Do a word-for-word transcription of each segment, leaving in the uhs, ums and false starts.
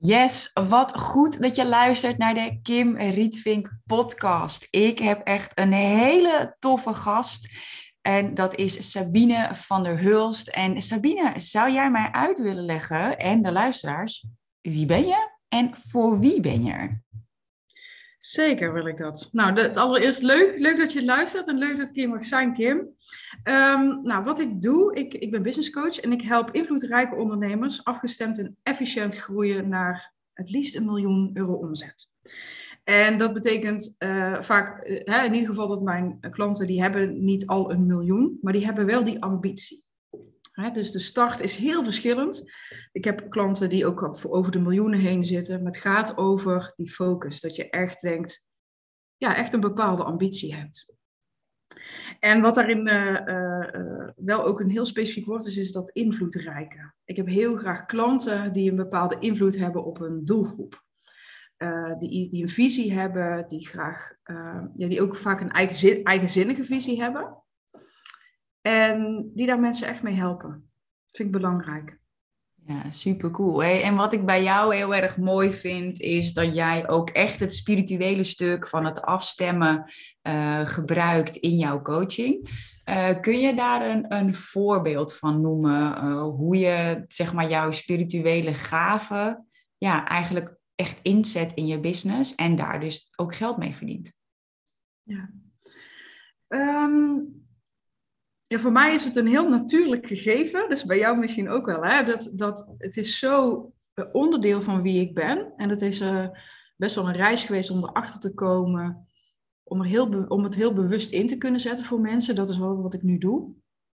Yes, wat goed dat je luistert naar de Kim Rietvink podcast. Ik heb echt een hele toffe gast en dat is Sabine van der Hulst. En Sabine, zou jij mij uit willen leggen en de luisteraars, wie ben je en voor wie ben je er? Zeker wil ik dat. Nou, de, allereerst leuk, leuk dat je luistert en leuk dat ik hier mag zijn, Kim. Um, nou, wat ik doe, ik, ik ben business coach en ik help invloedrijke ondernemers afgestemd en efficiënt groeien naar het liefst een miljoen euro omzet. En dat betekent uh, vaak, uh, hè, in ieder geval dat mijn klanten, die hebben niet al een miljoen, maar die hebben wel die ambitie. Hè, dus de start is heel verschillend. Ik heb klanten die ook over de miljoenen heen zitten, maar het gaat over die focus. Dat je echt denkt, ja, echt een bepaalde ambitie hebt. En wat daarin uh, uh, wel ook een heel specifiek woord is, is dat invloedrijke. Ik heb heel graag klanten die een bepaalde invloed hebben op een doelgroep. Uh, die, die een visie hebben, die graag, uh, ja, die ook vaak een eigen zin, eigenzinnige visie hebben. En die daar mensen echt mee helpen. Dat vind ik belangrijk. Ja, super cool. Hey, en wat ik bij jou heel erg mooi vind, is dat jij ook echt het spirituele stuk van het afstemmen uh, gebruikt in jouw coaching. Uh, kun je daar een, een voorbeeld van noemen? Uh, hoe je zeg maar jouw spirituele gaven ja, eigenlijk echt inzet in je business en daar dus ook geld mee verdient? Ja. Um... Ja, voor mij is het een heel natuurlijk gegeven. Dus bij jou misschien ook wel. Hè? Dat, dat, het is zo onderdeel van wie ik ben. En het is uh, best wel een reis geweest om erachter te komen. Om, er heel be- om het heel bewust in te kunnen zetten voor mensen. Dat is wel wat ik nu doe.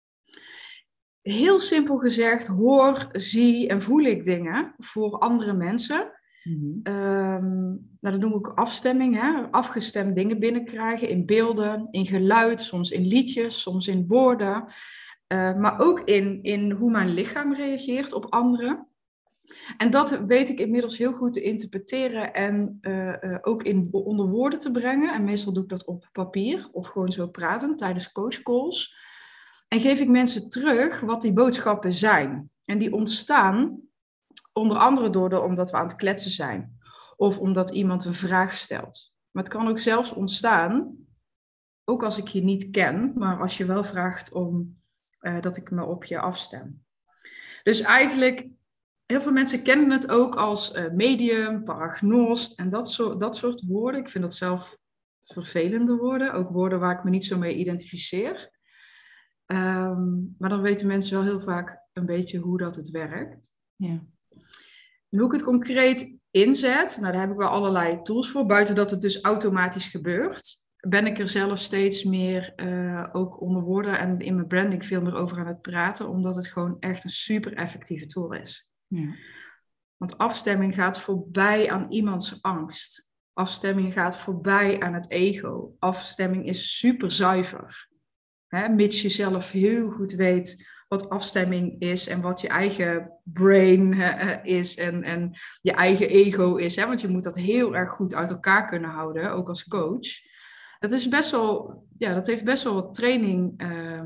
Heel simpel gezegd, hoor, zie en voel ik dingen voor andere mensen. Mm-hmm. Um, nou, dat noem ik afstemming. Hè? Afgestemd dingen binnenkrijgen in beelden, in geluid, soms in liedjes, soms in woorden. Uh, maar ook in, in hoe mijn lichaam reageert op anderen. En dat weet ik inmiddels heel goed te interpreteren en uh, uh, ook in, onder woorden te brengen. En meestal doe ik dat op papier of gewoon zo praten tijdens coachcalls. En geef ik mensen terug wat die boodschappen zijn. En die ontstaan onder andere door de, omdat we aan het kletsen zijn. Of omdat iemand een vraag stelt. Maar het kan ook zelfs ontstaan, ook als ik je niet ken, maar als je wel vraagt om uh, dat ik me op je afstem. Dus eigenlijk, heel veel mensen kennen het ook als uh, medium, paragnost en dat soort, dat soort woorden. Ik vind dat zelf vervelende woorden, ook woorden waar ik me niet zo mee identificeer. Um, maar dan weten mensen wel heel vaak een beetje hoe dat het werkt. Ja. En hoe ik het concreet inzet, nou daar heb ik wel allerlei tools voor. Buiten dat het dus automatisch gebeurt, ben ik er zelf steeds meer uh, ook onder woorden en in mijn branding veel meer over aan het praten. Omdat het gewoon echt een super effectieve tool is. Ja. Want afstemming gaat voorbij aan iemands angst. Afstemming gaat voorbij aan het ego. Afstemming is super zuiver. Hè, mits je zelf heel goed weet wat afstemming is en wat je eigen brain uh, is en, en je eigen ego is. Hè? Want je moet dat heel erg goed uit elkaar kunnen houden, ook als coach. Dat is best wel, ja, dat heeft best wel wat training. Uh,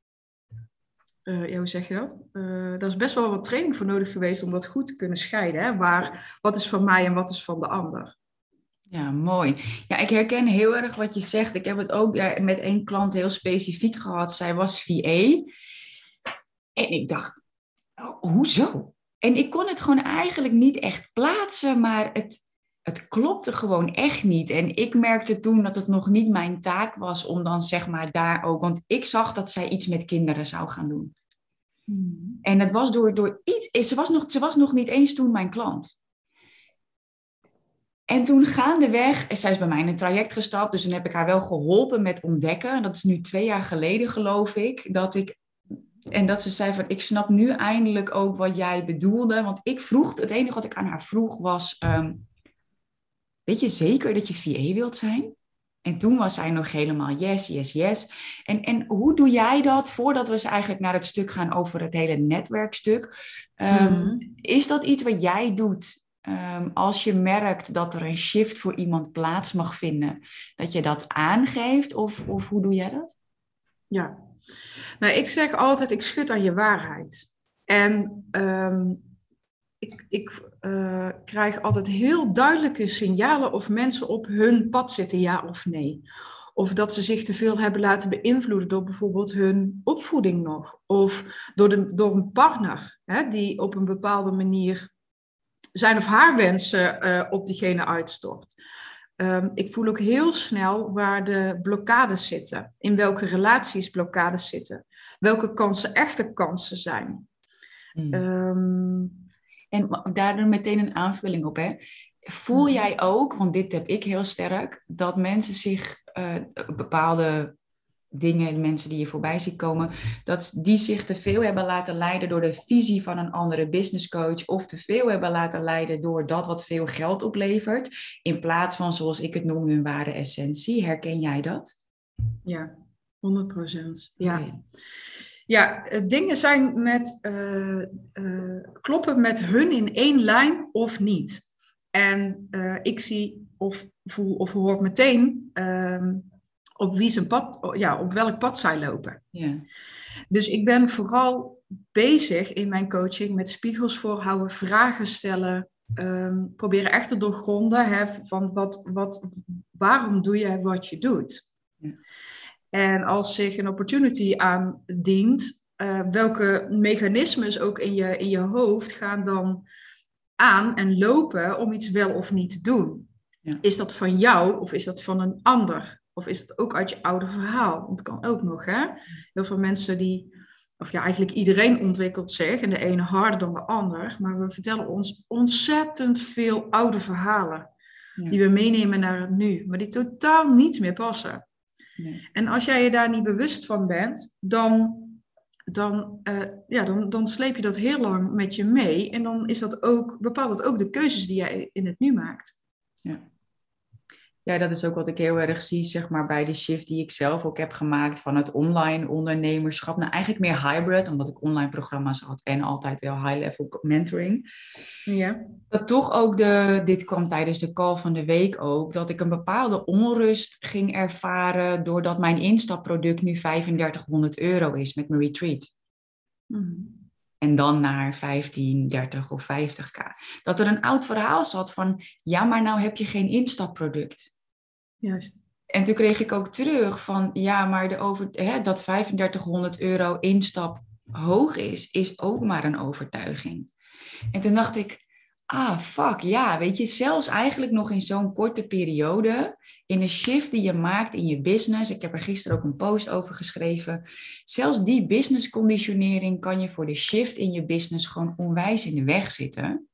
uh, ja, hoe zeg je dat? Uh, daar is best wel wat training voor nodig geweest om dat goed te kunnen scheiden. Hè? Waar, wat is van mij en wat is van de ander? Ja, mooi. Ja, ik herken heel erg wat je zegt. Ik heb het ook ja, met één klant heel specifiek gehad. Zij was V A. En ik dacht, oh, hoezo? En ik kon het gewoon eigenlijk niet echt plaatsen, maar het, het klopte gewoon echt niet. En ik merkte toen dat het nog niet mijn taak was om dan zeg maar daar ook... Want ik zag dat zij iets met kinderen zou gaan doen. Hmm. En het was door, door iets... Ze was, nog, ze was nog niet eens toen mijn klant. En toen gaandeweg, zij is bij mij in een traject gestapt, dus dan heb ik haar wel geholpen met ontdekken. Dat is nu twee jaar geleden, geloof ik, dat ik... En dat ze zei van, ik snap nu eindelijk ook wat jij bedoelde. Want ik vroeg, het enige wat ik aan haar vroeg was, um, weet je zeker dat je V A wilt zijn? En toen was zij nog helemaal yes, yes, yes. En, en hoe doe jij dat, voordat we ze eigenlijk naar het stuk gaan over het hele netwerkstuk? Um, mm. Is dat iets wat jij doet? Um, als je merkt dat er een shift voor iemand plaats mag vinden, dat je dat aangeeft? Of, of hoe doe jij dat? Ja, nou ik zeg altijd, ik schud aan je waarheid. En um, ik, ik uh, krijg altijd heel duidelijke signalen of mensen op hun pad zitten, ja of nee. Of dat ze zich te veel hebben laten beïnvloeden door bijvoorbeeld hun opvoeding nog. Of door, de, door een partner, hè, die op een bepaalde manier zijn of haar wensen uh, op diegene uitstort. Um, ik voel ook heel snel waar de blokkades zitten. In welke relaties blokkades zitten. Welke kansen echte kansen zijn. Mm. Um, en daardoor meteen een aanvulling op, hè. Voel jij ook, want dit heb ik heel sterk, dat mensen zich uh, bepaalde dingen, mensen die je voorbij ziet komen, dat die zich te veel hebben laten leiden door de visie van een andere businesscoach of te veel hebben laten leiden door dat wat veel geld oplevert, in plaats van, zoals ik het noem, hun ware essentie. Herken jij dat? Ja, honderd procent. Ja. Okay. Ja, dingen zijn met, uh, uh, kloppen met hun in één lijn of niet. En uh, ik zie of voel of hoor meteen uh, op wie zijn pad, ja, op welk pad zij lopen. Ja. Dus ik ben vooral bezig in mijn coaching met spiegels voorhouden, vragen stellen, um, proberen echt te doorgronden hè, van wat, wat, waarom doe je wat je doet. Ja. En als zich een opportunity aandient, uh, welke mechanismes ook in je, in je hoofd gaan dan aan en lopen om iets wel of niet te doen. Ja. Is dat van jou of is dat van een ander? Of is het ook uit je oude verhaal? Want het kan ook nog, hè? Heel veel mensen die, of ja, eigenlijk iedereen ontwikkelt zich. En de ene harder dan de ander. Maar we vertellen ons ontzettend veel oude verhalen. Ja. Die we meenemen naar het nu. Maar die totaal niet meer passen. Nee. En als jij je daar niet bewust van bent, dan, dan, uh, ja, dan, dan sleep je dat heel lang met je mee. En dan is dat ook, bepaalt dat ook de keuzes die jij in het nu maakt. Ja. Ja, dat is ook wat ik heel erg zie, zeg maar, bij de shift die ik zelf ook heb gemaakt van het online ondernemerschap. Nou, eigenlijk meer hybrid, omdat ik online programma's had en altijd wel high-level mentoring. Ja. Dat toch ook de, dit kwam tijdens de call van de week ook, dat ik een bepaalde onrust ging ervaren doordat mijn instapproduct nu vijfendertighonderd euro is met mijn retreat. Mm-hmm. En dan naar vijftien, dertig of vijftig k. Dat er een oud verhaal zat van, ja, maar nou heb je geen instapproduct. Juist. En toen kreeg ik ook terug van, ja, maar de over, hè, dat vijfendertighonderd euro instap hoog is, is ook maar een overtuiging. En toen dacht ik, ah, fuck, ja, weet je, zelfs eigenlijk nog in zo'n korte periode, in een shift die je maakt in je business, ik heb er gisteren ook een post over geschreven, zelfs die business conditionering kan je voor de shift in je business gewoon onwijs in de weg zitten.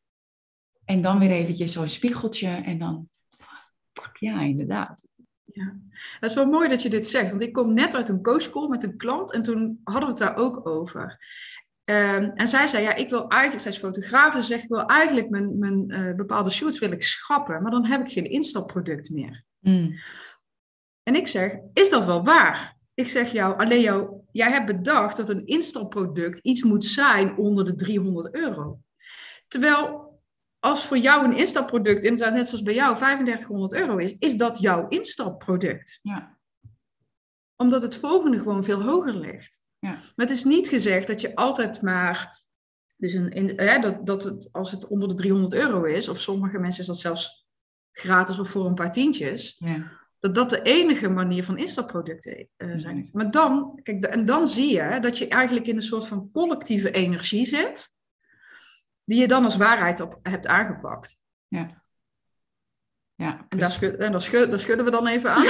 En dan weer eventjes zo'n spiegeltje en dan, fuck, ja, inderdaad. Ja, dat is wel mooi dat je dit zegt, want ik kom net uit een coachcall met een klant en toen hadden we het daar ook over. Um, en zij zei, ja, ik wil eigenlijk, zij is fotograaf, ze zegt, ik wil eigenlijk mijn, mijn uh, bepaalde shoots wil ik schrappen, maar dan heb ik geen instapproduct meer. Mm. En ik zeg, is dat wel waar? Ik zeg jou, alleen jou, jij hebt bedacht dat een instapproduct iets moet zijn onder de driehonderd euro. Terwijl, als voor jou een instapproduct, inderdaad net zoals bij jou, vijfendertighonderd euro is, is dat jouw instapproduct. Ja. Omdat het volgende gewoon veel hoger ligt. Ja. Maar het is niet gezegd dat je altijd maar, dus een, in, hè, dat, dat het, als het onder de driehonderd euro is, of sommige mensen is dat zelfs gratis of voor een paar tientjes, Ja. dat dat de enige manier van instapproducten uh, zijn. Ja. Maar dan, kijk, en dan zie je dat je eigenlijk in een soort van collectieve energie zit, die je dan als waarheid op hebt aangepakt. Ja. Ja, en daar, schud, en daar, schud, daar schudden we dan even aan.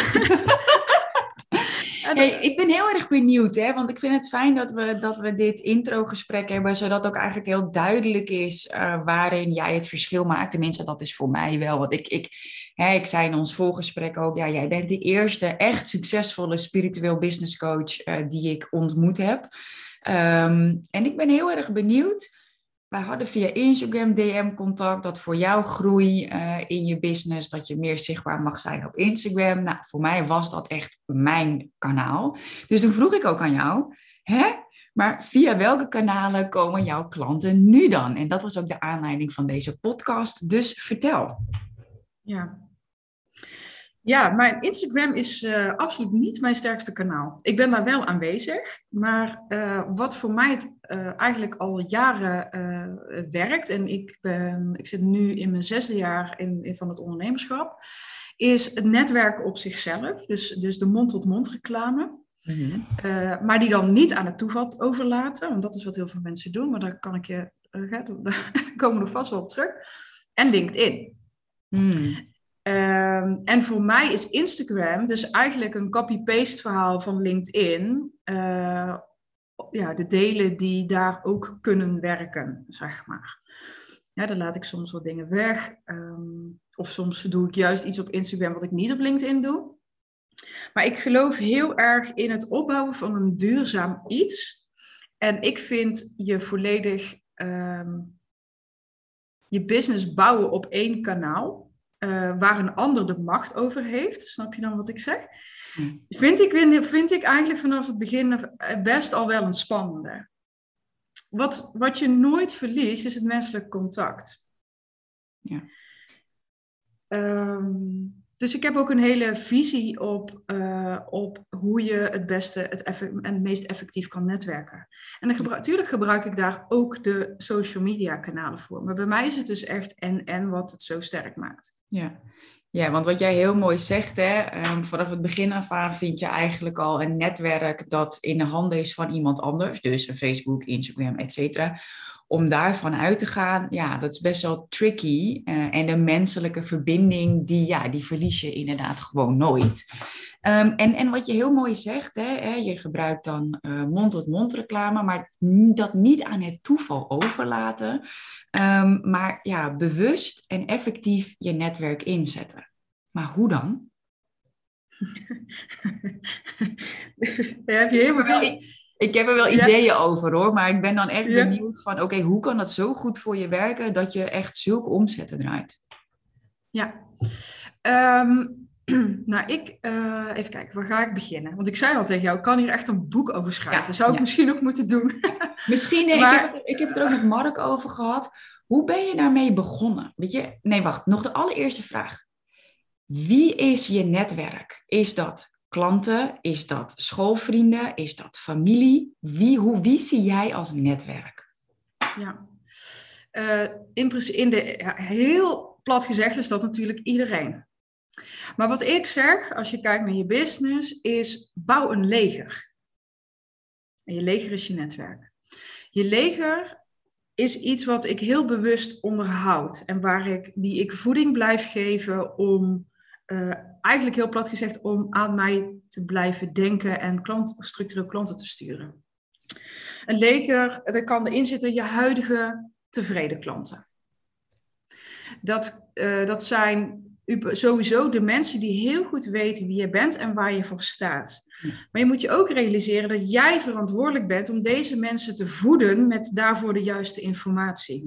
Hey, ik ben heel erg benieuwd, hè, want ik vind het fijn dat we, dat we dit introgesprek hebben, zodat ook eigenlijk heel duidelijk is uh, waarin jij het verschil maakt. Tenminste, dat is voor mij wel. Want ik, ik, hè, ik zei in ons voorgesprek ook, ja, jij bent de eerste echt succesvolle spiritueel business coach uh, die ik ontmoet heb. Um, en ik ben heel erg benieuwd. Wij hadden via Instagram D M contact dat voor jouw groei uh, in je business, dat je meer zichtbaar mag zijn op Instagram. Nou, voor mij was dat echt mijn kanaal. Dus toen vroeg ik ook aan jou, hè? Maar via welke kanalen komen jouw klanten nu dan? En dat was ook de aanleiding van deze podcast. Dus vertel. Ja. Ja, mijn Instagram is uh, absoluut niet mijn sterkste kanaal. Ik ben daar wel aanwezig, maar uh, wat voor mij het, uh, eigenlijk al jaren uh, werkt, en ik, ben, ik zit nu in mijn zesde jaar in, in van het ondernemerschap, is het netwerken op zichzelf, dus, dus de mond-tot-mond reclame. Mm-hmm. Uh, maar die dan niet aan het toeval overlaten, want dat is wat heel veel mensen doen, maar daar kan ik je, uh, daar komen we nog vast wel op terug. En LinkedIn. Mm. Um, en voor mij is Instagram dus eigenlijk een copy-paste verhaal van LinkedIn. Uh, ja, de delen die daar ook kunnen werken, zeg maar. Ja, dan laat ik soms wat dingen weg. Um, of soms doe ik juist iets op Instagram wat ik niet op LinkedIn doe. Maar ik geloof heel erg in het opbouwen van een duurzaam iets. En ik vind je volledig um, je business bouwen op één kanaal. Uh, waar een ander de macht over heeft, snap je dan wat ik zeg? Hmm. Vind ik, vind ik eigenlijk vanaf het begin best al wel een spannende. Wat, wat je nooit verliest, is het menselijk contact. Ja. Um, dus ik heb ook een hele visie op, uh, op hoe je het beste het effe- en het meest effectief kan netwerken. En dan gebru- natuurlijk gebruik ik daar ook de social media kanalen voor. Maar bij mij is het dus echt en-en wat het zo sterk maakt. Ja. Ja, want wat jij heel mooi zegt, hè, um, vanaf het begin af aan vind je eigenlijk al een netwerk dat in de handen is van iemand anders. Dus een Facebook, Instagram, et cetera. Om daarvan uit te gaan, ja, dat is best wel tricky. Uh, en de menselijke verbinding, die, ja, die verlies je inderdaad gewoon nooit. Um, en, en wat je heel mooi zegt, hè, hè, je gebruikt dan uh, mond-tot-mond reclame, maar dat niet aan het toeval overlaten. Um, maar ja, bewust en effectief je netwerk inzetten. Maar hoe dan? Daar heb je helemaal veel... Ik heb er wel ja. ideeën over hoor, maar ik ben dan echt ja. benieuwd van, oké, okay, hoe kan dat zo goed voor je werken dat je echt zulke omzetten draait? Ja, um, nou ik, uh, even kijken, waar ga ik beginnen? Want ik zei al tegen jou, ik kan hier echt een boek over schrijven. Ja, dat zou ik ja. misschien ook moeten doen. Misschien, nee, maar... ik, heb het, ik heb het er ook met Mark over gehad. Hoe ben je daarmee begonnen? Weet je, nee wacht, nog de allereerste vraag. Wie is je netwerk? Is dat klanten? Is dat schoolvrienden? Is dat familie? Wie, hoe, wie zie jij als netwerk? Ja, uh, in, in de, ja, heel plat gezegd is dat natuurlijk iedereen. Maar wat ik zeg, als je kijkt naar je business, is bouw een leger. En je leger is je netwerk. Je leger is iets wat ik heel bewust onderhoud. En waar ik, die ik voeding blijf geven om... Uh, eigenlijk heel plat gezegd om aan mij te blijven denken en klant, structureel klanten te sturen. Een leger, daar kan erin zitten je huidige tevreden klanten. Dat, uh, dat zijn sowieso de mensen die heel goed weten wie je bent en waar je voor staat. Maar je moet je ook realiseren dat jij verantwoordelijk bent om deze mensen te voeden met daarvoor de juiste informatie.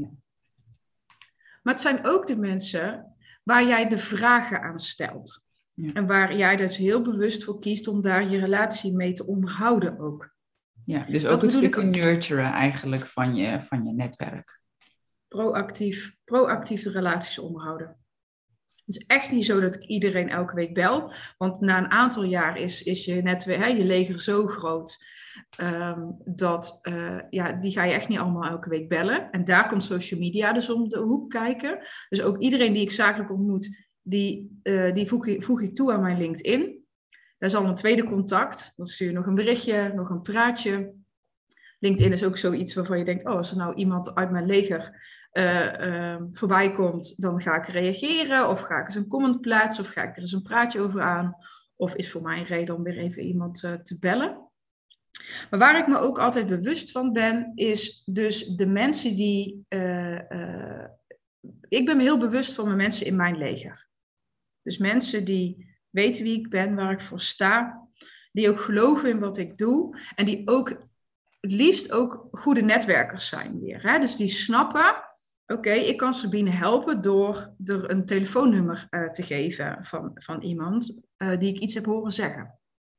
Maar het zijn ook de mensen waar jij de vragen aan stelt. Ja. En waar jij dus heel bewust voor kiest om daar je relatie mee te onderhouden ook. Ja, dus ook een stukje nurturen eigenlijk van je, van je netwerk. Proactief, proactief de relaties onderhouden. Het is echt niet zo dat ik iedereen elke week bel. Want na een aantal jaar is, is je netwerk, hè, je leger zo groot... Um, dat, uh, ja, die ga je echt niet allemaal elke week bellen. En daar komt social media dus om de hoek kijken. Dus ook iedereen die ik zakelijk ontmoet, die, uh, die voeg, ik, voeg ik toe aan mijn LinkedIn. Dat is al een tweede contact. Dan stuur je nog een berichtje, nog een praatje. LinkedIn is ook zoiets waarvan je denkt, oh, als er nou iemand uit mijn leger uh, uh, voorbij komt, dan ga ik reageren. Of ga ik eens een comment plaatsen, of ga ik er eens een praatje over aan. Of is voor mij een reden om weer even iemand uh, te bellen. Maar waar ik me ook altijd bewust van ben, is dus de mensen die... Uh, uh, ik ben me heel bewust van de mensen in mijn leger. Dus mensen die weten wie ik ben, waar ik voor sta. Die ook geloven in wat ik doe. En die ook het liefst ook goede netwerkers zijn weer. Hè? Dus die snappen, oké, okay, ik kan Sabine helpen door er een telefoonnummer uh, te geven van, van iemand uh, die ik iets heb horen zeggen.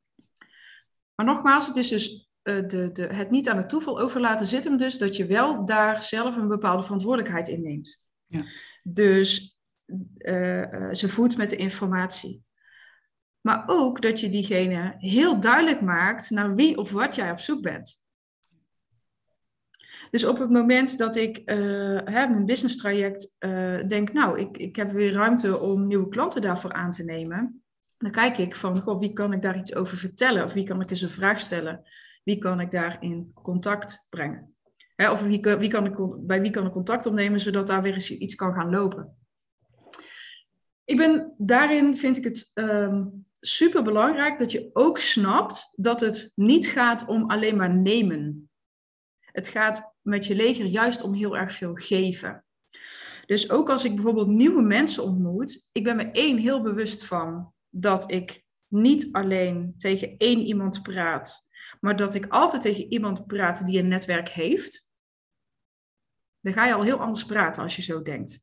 Maar nogmaals, het is dus uh, de, de, het niet aan het toeval overlaten zit hem dus dat je wel daar zelf een bepaalde verantwoordelijkheid in neemt. Ja. Dus uh, uh, ze voedt met de informatie. Maar ook dat je diegene heel duidelijk maakt naar wie of wat jij op zoek bent. Dus op het moment dat ik uh, hè, mijn business traject uh, denk, nou, ik, ik heb weer ruimte om nieuwe klanten daarvoor aan te nemen. Dan kijk ik van, goh, wie kan ik daar iets over vertellen? Of wie kan ik eens een vraag stellen? Wie kan ik daar in contact brengen? Hè, of wie, wie kan ik, bij wie kan ik contact opnemen, zodat daar weer eens iets kan gaan lopen? Ik ben, daarin vind ik het um, super belangrijk dat je ook snapt dat het niet gaat om alleen maar nemen. Het gaat met je leger juist om heel erg veel geven. Dus ook als ik bijvoorbeeld nieuwe mensen ontmoet, ik ben me één heel bewust van dat ik niet alleen tegen één iemand praat, maar dat ik altijd tegen iemand praat die een netwerk heeft. Dan ga je al heel anders praten als je zo denkt.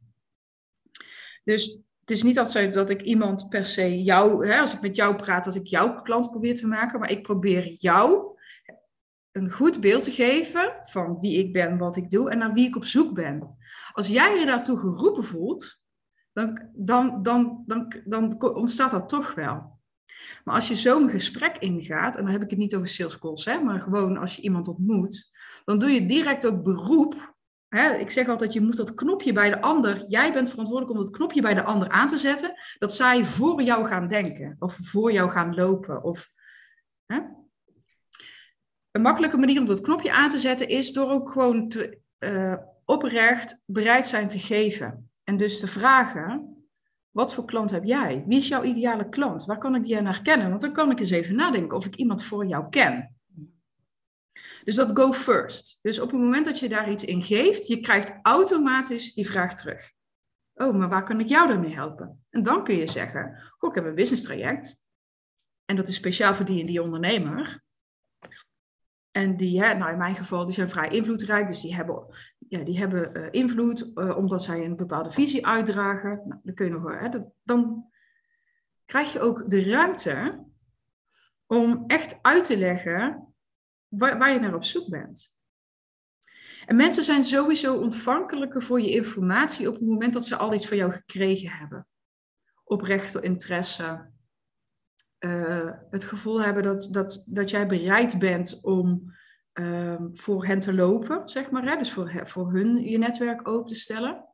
Dus het is niet altijd dat ik iemand per se jou, hè, als ik met jou praat, dat ik jouw klant probeer te maken, maar ik probeer jou een goed beeld te geven van wie ik ben, wat ik doe en naar wie ik op zoek ben. Als jij je daartoe geroepen voelt, dan, dan, dan, dan, dan ontstaat dat toch wel. Maar als je zo een gesprek ingaat, en dan heb ik het niet over sales calls, hè, maar gewoon als je iemand ontmoet, dan doe je direct ook beroep. Hè, ik zeg altijd, je moet dat knopje bij de ander, jij bent verantwoordelijk om dat knopje bij de ander aan te zetten, dat zij voor jou gaan denken, of voor jou gaan lopen, of... Hè? Een makkelijke manier om dat knopje aan te zetten is door ook gewoon te, uh, oprecht bereid zijn te geven. En dus te vragen, wat voor klant heb jij? Wie is jouw ideale klant? Waar kan ik die naar kennen? Want dan kan ik eens even nadenken of ik iemand voor jou ken. Dus dat go first. Dus op het moment dat je daar iets in geeft, je krijgt automatisch die vraag terug. Oh, maar waar kan ik jou daarmee helpen? En dan kun je zeggen, goh, ik heb een business traject. En dat is speciaal voor die en die ondernemer. En die, hè, nou in mijn geval, die zijn vrij invloedrijk. Dus die hebben, ja, die hebben uh, invloed uh, omdat zij een bepaalde visie uitdragen. Nou, dan kun je nog, hè, dat, dan krijg je ook de ruimte om echt uit te leggen waar, waar je naar op zoek bent. En mensen zijn sowieso ontvankelijker voor je informatie op het moment dat ze al iets van jou gekregen hebben. Oprechte interesse. Uh, het gevoel hebben dat, dat, dat jij bereid bent om uh, voor hen te lopen, zeg maar. Hè? Dus voor, voor hun je netwerk open te stellen.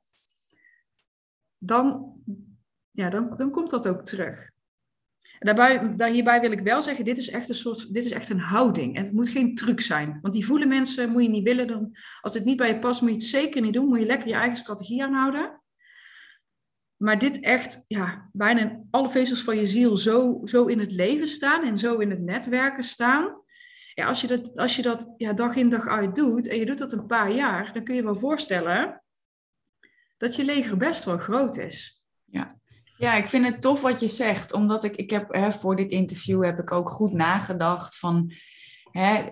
Dan, ja, dan, dan komt dat ook terug. En daarbij, daar, hierbij wil ik wel zeggen, dit is echt een soort, dit is echt een houding. En het moet geen truc zijn. Want die voelen mensen moet je niet willen. Dan, als het niet bij je past, moet je het zeker niet doen. Moet je lekker je eigen strategie aanhouden. Maar dit echt, ja, bijna in alle vezels van je ziel zo, zo in het leven staan en zo in het netwerken staan. Ja, als je dat, als je dat ja, dag in dag uit doet en je doet dat een paar jaar, dan kun je wel voorstellen dat je leger best wel groot is. Ja. Ja, ik vind het tof wat je zegt, omdat ik, ik heb hè, voor dit interview heb ik ook goed nagedacht van, hè,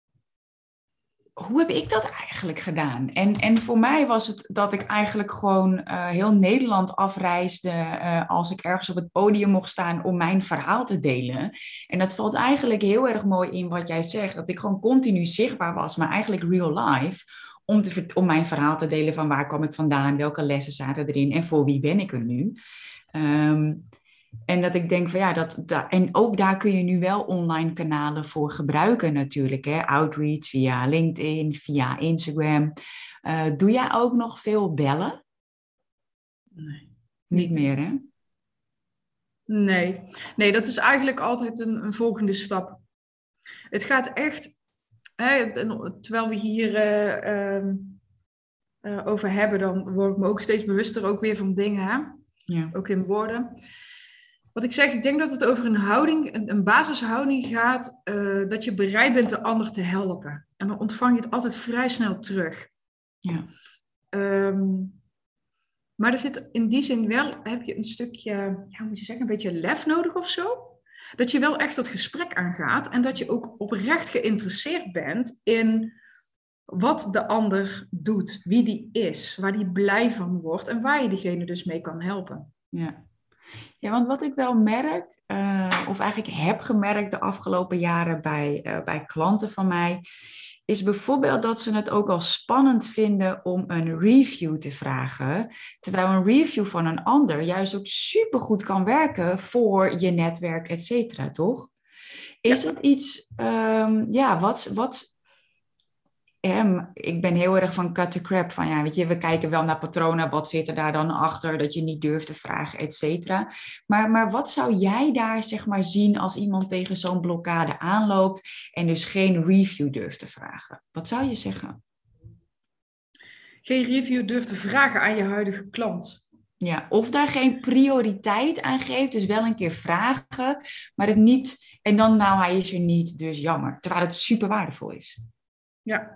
hoe heb ik dat eigenlijk gedaan? En, en voor mij was het dat ik eigenlijk gewoon uh, heel Nederland afreisde uh, als ik ergens op het podium mocht staan om mijn verhaal te delen. En dat valt eigenlijk heel erg mooi in wat jij zegt, dat ik gewoon continu zichtbaar was, maar eigenlijk real life, om, te, om mijn verhaal te delen van waar kwam ik vandaan, welke lessen zaten erin en voor wie ben ik er nu. Um, En dat ik denk van ja, dat, dat, en ook daar kun je nu wel online kanalen voor gebruiken natuurlijk. Hè? Outreach via LinkedIn, via Instagram. Uh, doe jij ook nog veel bellen? Nee. Niet, niet meer, hè? Nee. Nee, dat is eigenlijk altijd een, een volgende stap. Het gaat echt, hè, terwijl we hier uh, um, uh, over hebben, dan word ik me ook steeds bewuster ook weer van dingen, hè? Ja. Ook in woorden. Wat ik zeg, ik denk dat het over een houding, een, een basishouding gaat, uh, dat je bereid bent de ander te helpen. En dan ontvang je het altijd vrij snel terug. Ja. Um, maar er zit in die zin wel, heb je een stukje, ja, hoe moet je zeggen, een beetje lef nodig of zo. Dat je wel echt dat gesprek aangaat en dat je ook oprecht geïnteresseerd bent in wat de ander doet, wie die is, waar die blij van wordt en waar je diegene dus mee kan helpen. Ja. Ja, want wat ik wel merk, uh, of eigenlijk heb gemerkt de afgelopen jaren bij, uh, bij klanten van mij, is bijvoorbeeld dat ze het ook al spannend vinden om een review te vragen. Terwijl een review van een ander juist ook supergoed kan werken voor je netwerk, et cetera, toch? Is Ja. het iets, um, ja, wat, wat Um, ik ben heel erg van cut the crap. Van ja, weet je, we kijken wel naar patronen. Wat zit er daar dan achter? Dat je niet durft te vragen, et cetera. Maar, maar wat zou jij daar zeg maar zien als iemand tegen zo'n blokkade aanloopt en dus geen review durft te vragen? Wat zou je zeggen? Geen review durft te vragen aan je huidige klant. Ja, of daar geen prioriteit aan geeft. Dus wel een keer vragen, maar het niet. En dan, nou, hij is er niet, dus jammer. Terwijl het super waardevol is. Ja.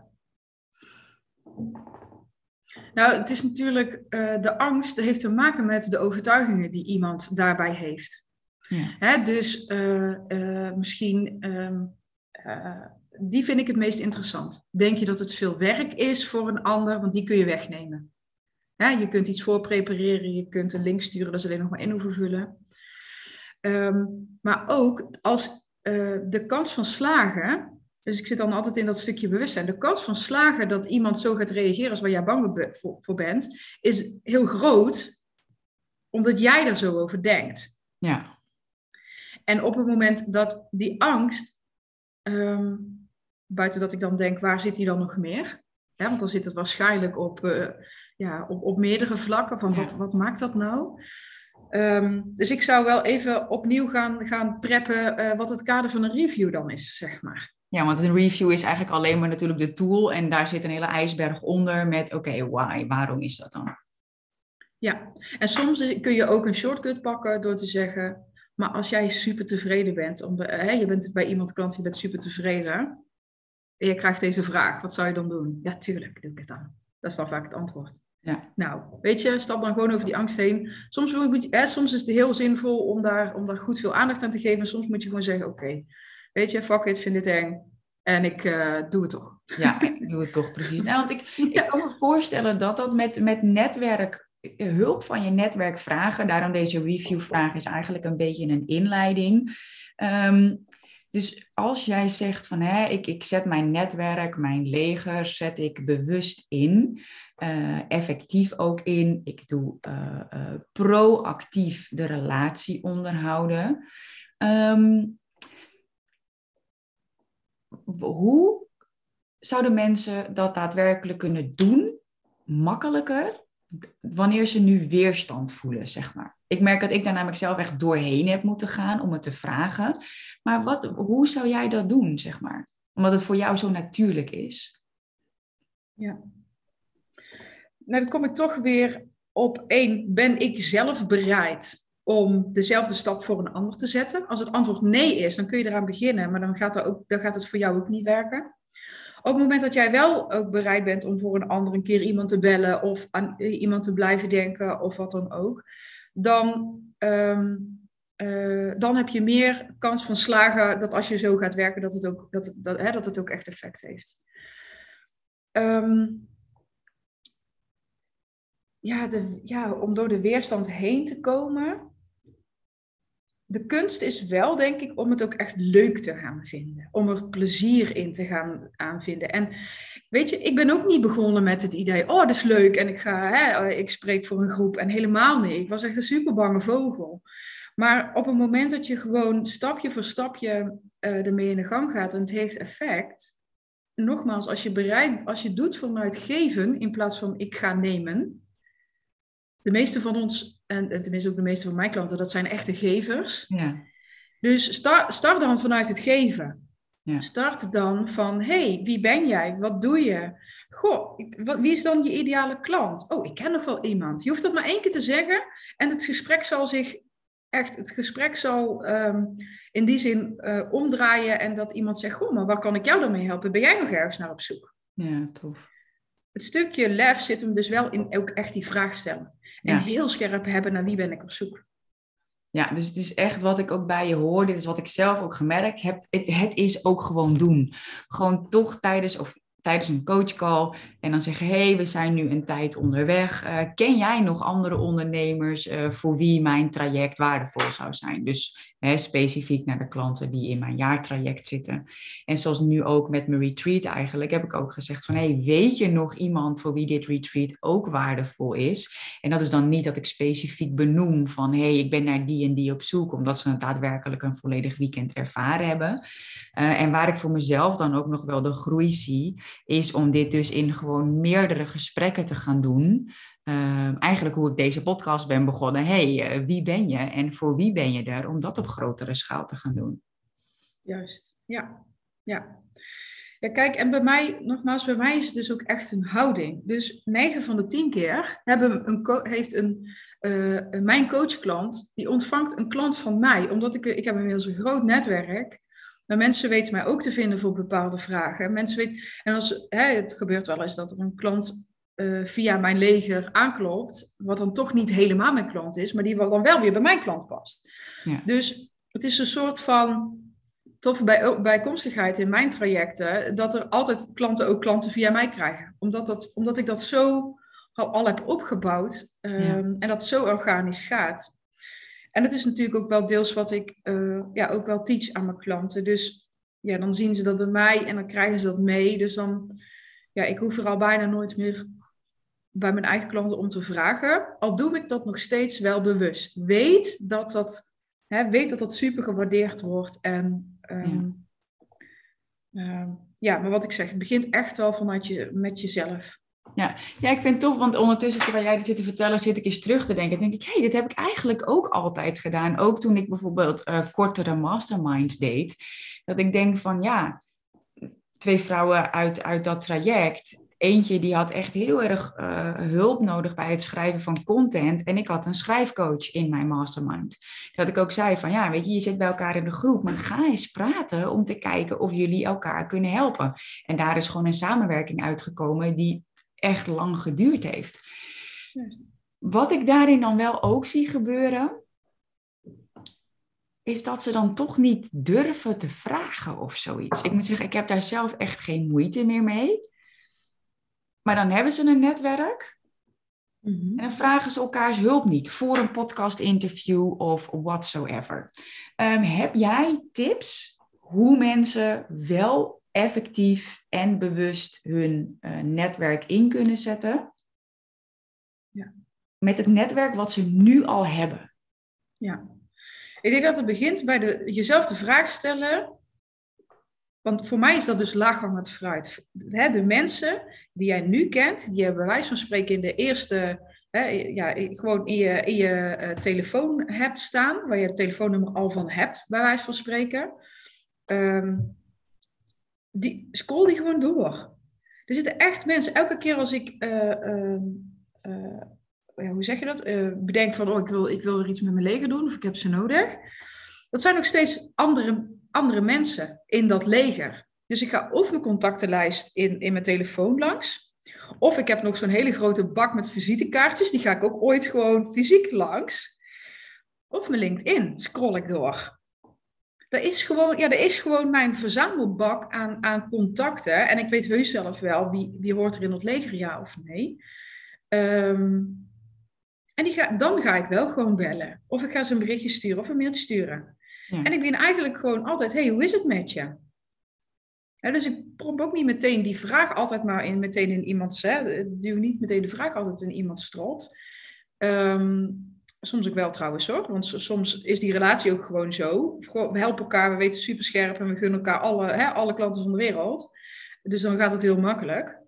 Nou, het is natuurlijk, uh, de angst heeft te maken met de overtuigingen die iemand daarbij heeft. Ja. Hè, dus uh, uh, misschien, um, uh, die vind ik het meest interessant. Denk je dat het veel werk is voor een ander, want die kun je wegnemen. Hè, je kunt iets voorprepareren, je kunt een link sturen, dat ze alleen nog maar in hoeven vullen. Um, maar ook als uh, de kans van slagen... Dus ik zit dan altijd in dat stukje bewustzijn. De kans van slagen dat iemand zo gaat reageren als waar jij bang voor bent, is heel groot, omdat jij er zo over denkt. Ja. En op het moment dat die angst, um, buiten dat ik dan denk, waar zit die dan nog meer? Ja, want dan zit het waarschijnlijk op, uh, ja, op, op meerdere vlakken van wat, wat maakt dat nou? Um, dus ik zou wel even opnieuw gaan, gaan preppen uh, wat het kader van een review dan is, zeg maar. Ja, want een review is eigenlijk alleen maar natuurlijk de tool en daar zit een hele ijsberg onder met oké, okay, why, waarom is dat dan? Ja, en soms kun je ook een shortcut pakken door te zeggen, maar als jij super tevreden bent, om de, hè, je bent bij iemand klant, je bent super tevreden en je krijgt deze vraag, wat zou je dan doen? Ja, tuurlijk doe ik het dan. Dat is dan vaak het antwoord. Ja. Nou, weet je, stap dan gewoon over die angst heen. Soms, moet je, hè, soms is het heel zinvol om daar, om daar goed veel aandacht aan te geven en soms moet je gewoon zeggen, oké, okay, weet je, fuck it, vind dit eng. En ik uh, doe het toch. Ja, ik doe het toch precies. Nou, want ik, ik kan me voorstellen dat dat met, met netwerk, hulp van je netwerk vragen, daarom deze reviewvraag is eigenlijk een beetje een inleiding. Um, dus als jij zegt van, hè, ik, ik zet mijn netwerk, mijn leger, zet ik bewust in, uh, effectief ook in, ik doe uh, uh, proactief de relatie onderhouden. Um, Hoe zouden mensen dat daadwerkelijk kunnen doen, makkelijker, wanneer ze nu weerstand voelen, zeg maar? Ik merk dat ik daar namelijk zelf echt doorheen heb moeten gaan om het te vragen. Maar wat, hoe zou jij dat doen, zeg maar? Omdat het voor jou zo natuurlijk is. Ja. Nou, dan kom ik toch weer op één. Ben ik zelf bereid om dezelfde stap voor een ander te zetten? Als het antwoord nee is, dan kun je eraan beginnen, maar dan gaat, er ook, dan gaat het voor jou ook niet werken. Op het moment dat jij wel ook bereid bent om voor een ander een keer iemand te bellen of aan iemand te blijven denken of wat dan ook, dan, um, uh, dan heb je meer kans van slagen dat als je zo gaat werken, dat het ook, dat, dat, hè, dat het ook echt effect heeft. Um, ja, de, ja, om door de weerstand heen te komen. De kunst is wel, denk ik, om het ook echt leuk te gaan vinden. Om er plezier in te gaan aanvinden. En weet je, ik ben ook niet begonnen met het idee, oh, dat is leuk. En ik ga, hè, ik spreek voor een groep. En helemaal niet. Ik was echt een super bange vogel. Maar op het moment dat je gewoon stapje voor stapje uh, ermee in de gang gaat en het heeft effect. Nogmaals, als je bereid, als je doet vanuit geven in plaats van ik ga nemen. De meeste van ons, en tenminste ook de meeste van mijn klanten, dat zijn echte gevers. Ja. Dus start, start dan vanuit het geven. Ja. Start dan van, hey, wie ben jij? Wat doe je? Goh, wat, wie is dan je ideale klant? Oh, ik ken nog wel iemand. Je hoeft dat maar één keer te zeggen en het gesprek zal zich echt, het gesprek zal um, in die zin uh, omdraaien en dat iemand zegt, goh, maar waar kan ik jou dan mee helpen? Ben jij nog ergens naar op zoek? Ja, tof. Het stukje lef zit hem dus wel in ook echt die vraag stellen. En ja. heel scherp hebben naar wie ben ik op zoek. Ja, dus het is echt wat ik ook bij je hoor. Dit is wat ik zelf ook gemerkt heb. Het, het is ook gewoon doen. Gewoon toch tijdens, of tijdens een coachcall en dan zeggen, hé, hey, we zijn nu een tijd onderweg. Uh, ken jij nog andere ondernemers uh, voor wie mijn traject waardevol zou zijn? Dus hè, specifiek naar de klanten die in mijn jaartraject zitten. En zoals nu ook met mijn retreat eigenlijk, heb ik ook gezegd van, hé, hey, weet je nog iemand voor wie dit retreat ook waardevol is? En dat is dan niet dat ik specifiek benoem van, hé, hey, ik ben naar die en die op zoek, omdat ze het daadwerkelijk een volledig weekend ervaren hebben. Uh, en waar ik voor mezelf dan ook nog wel de groei zie, is om dit dus in gewoon meerdere gesprekken te gaan doen. Uh, eigenlijk hoe ik deze podcast ben begonnen. hey, uh, wie ben je en voor wie ben je er? Om dat op grotere schaal te gaan doen. Juist, ja. Ja. Ja, kijk, en bij mij, nogmaals, bij mij is het dus ook echt een houding. Dus negen van de tien keer hebben een co- heeft een, uh, mijn coachklant, die ontvangt een klant van mij. Omdat ik, ik heb inmiddels een groot netwerk. Maar mensen weten mij ook te vinden voor bepaalde vragen. Mensen weten, en als, hè, het gebeurt wel eens dat er een klant uh, via mijn leger aanklopt, wat dan toch niet helemaal mijn klant is, maar die dan wel weer bij mijn klant past. Ja. Dus het is een soort van toffe bij, bijkomstigheid in mijn trajecten, dat er altijd klanten ook klanten via mij krijgen. Omdat, dat, omdat ik dat zo al, al heb opgebouwd um, ja. en dat zo organisch gaat. En het is natuurlijk ook wel deels wat ik uh, ja, ook wel teach aan mijn klanten. Dus ja, dan zien ze dat bij mij en dan krijgen ze dat mee. Dus dan, ja, ik hoef er al bijna nooit meer bij mijn eigen klanten om te vragen. Al doe ik dat nog steeds wel bewust. Weet dat dat, hè, weet dat, dat super gewaardeerd wordt. En um, ja. Uh, ja, maar wat ik zeg, het begint echt wel vanuit je, met jezelf. Ja. ja, ik vind het tof, want ondertussen terwijl jij dit zit te vertellen, zit ik eens terug te denken. Dan denk ik, hé, hey, dit heb ik eigenlijk ook altijd gedaan. Ook toen ik bijvoorbeeld uh, kortere masterminds deed. Dat ik denk van, ja, twee vrouwen uit, uit dat traject. Eentje die had echt heel erg uh, hulp nodig bij het schrijven van content. En ik had een schrijfcoach in mijn mastermind. Dat ik ook zei van, ja, weet je, je zit bij elkaar in de groep. Maar ga eens praten om te kijken of jullie elkaar kunnen helpen. En daar is gewoon een samenwerking uitgekomen die echt lang geduurd heeft. Wat ik daarin dan wel ook zie gebeuren, is dat ze dan toch niet durven te vragen of zoiets. Ik moet zeggen, ik heb daar zelf echt geen moeite meer mee. Maar dan hebben ze een netwerk mm-hmm. en dan vragen ze elkaars hulp niet voor een podcast-interview of whatsoever. Um, heb jij tips hoe mensen wel effectief en bewust hun uh, netwerk in kunnen zetten? Ja. Met het netwerk wat ze nu al hebben. Ja, ik denk dat het begint bij de, jezelf de vraag stellen. Want voor mij is dat dus laaghangend fruit. De mensen die jij nu kent, die je bij wijze van spreken in de eerste, hè, ja, gewoon in je, in je uh, telefoon hebt staan, waar je het telefoonnummer al van hebt, bij wijze van spreken. Um, die, scroll die gewoon door. Er zitten echt mensen, elke keer als ik, uh, uh, uh, ja, hoe zeg je dat, uh, bedenk van, oh, ik wil, ik wil er iets met mijn leger doen, of ik heb ze nodig. Dat zijn ook steeds andere andere mensen in dat leger. Dus ik ga of mijn contactenlijst in, in mijn telefoon langs, of ik heb nog zo'n hele grote bak met visitekaartjes, die ga ik ook ooit gewoon fysiek langs. Of mijn LinkedIn, scroll ik door. Dat is gewoon, ja, dat is gewoon mijn verzamelbak aan, aan contacten. En ik weet heus zelf wel, wie, wie hoort er in dat leger, ja of nee. Um, en die ga, dan ga ik wel gewoon bellen. Of ik ga ze een berichtje sturen of een mailtje sturen. Ja. En ik begin eigenlijk gewoon altijd, hey, hoe is het met je? Ja, dus ik promp ook niet meteen die vraag altijd maar in, meteen in iemands, hè, duw niet meteen de vraag altijd in iemands strot. Um, soms ook wel trouwens hoor, want soms is die relatie ook gewoon zo. We helpen elkaar, we weten super scherp en we gunnen elkaar alle, hè, alle klanten van de wereld. Dus dan gaat het heel makkelijk.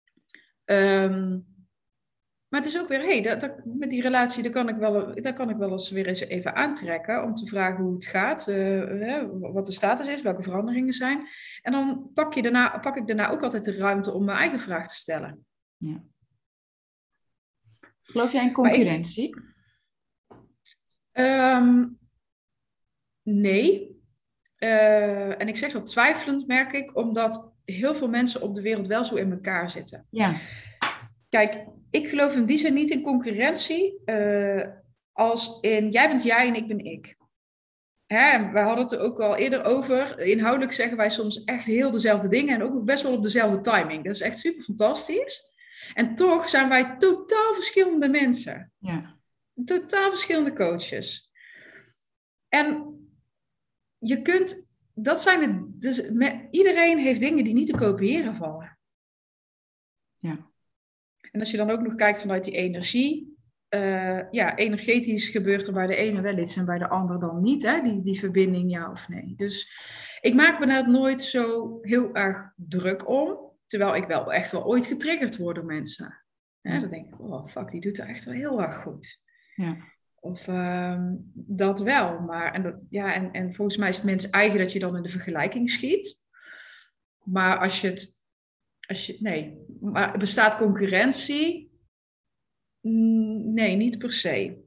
Um, Maar het is ook weer, hé, hey, met die relatie, daar kan, ik wel, daar kan ik wel eens weer eens even aantrekken om te vragen hoe het gaat, uh, wat de status is, welke veranderingen zijn. En dan pak, je daarna, pak ik daarna ook altijd de ruimte om mijn eigen vraag te stellen. Ja. Geloof jij in concurrentie? Ik, um, nee. Uh, en ik zeg dat twijfelend, merk ik, omdat heel veel mensen op de wereld wel zo in elkaar zitten. Ja. Kijk, ik geloof in die zin niet in concurrentie uh, als in jij bent jij en ik ben ik. hè, wij hadden het er ook al eerder over. Inhoudelijk zeggen wij soms echt heel dezelfde dingen en ook nog best wel op dezelfde timing. Dat is echt super fantastisch. En toch zijn wij totaal verschillende mensen. Ja. Totaal verschillende coaches. En je kunt, dat zijn het, dus met, iedereen heeft dingen die niet te kopiëren vallen. Ja. En als je dan ook nog kijkt vanuit die energie, uh, ja, energetisch gebeurt er bij de ene wel iets en bij de ander dan niet, hè? Die, die verbinding, ja of nee. Dus ik maak me daar nooit zo heel erg druk om, terwijl ik wel echt wel ooit getriggerd word door mensen. Ja, dan denk ik, oh fuck, die doet het echt wel heel erg goed. Ja. Of um, dat wel, maar en, dat, ja, en, en volgens mij is het mens eigen dat je dan in de vergelijking schiet. Maar als je het Als je, nee, maar bestaat concurrentie? Nee, niet per se.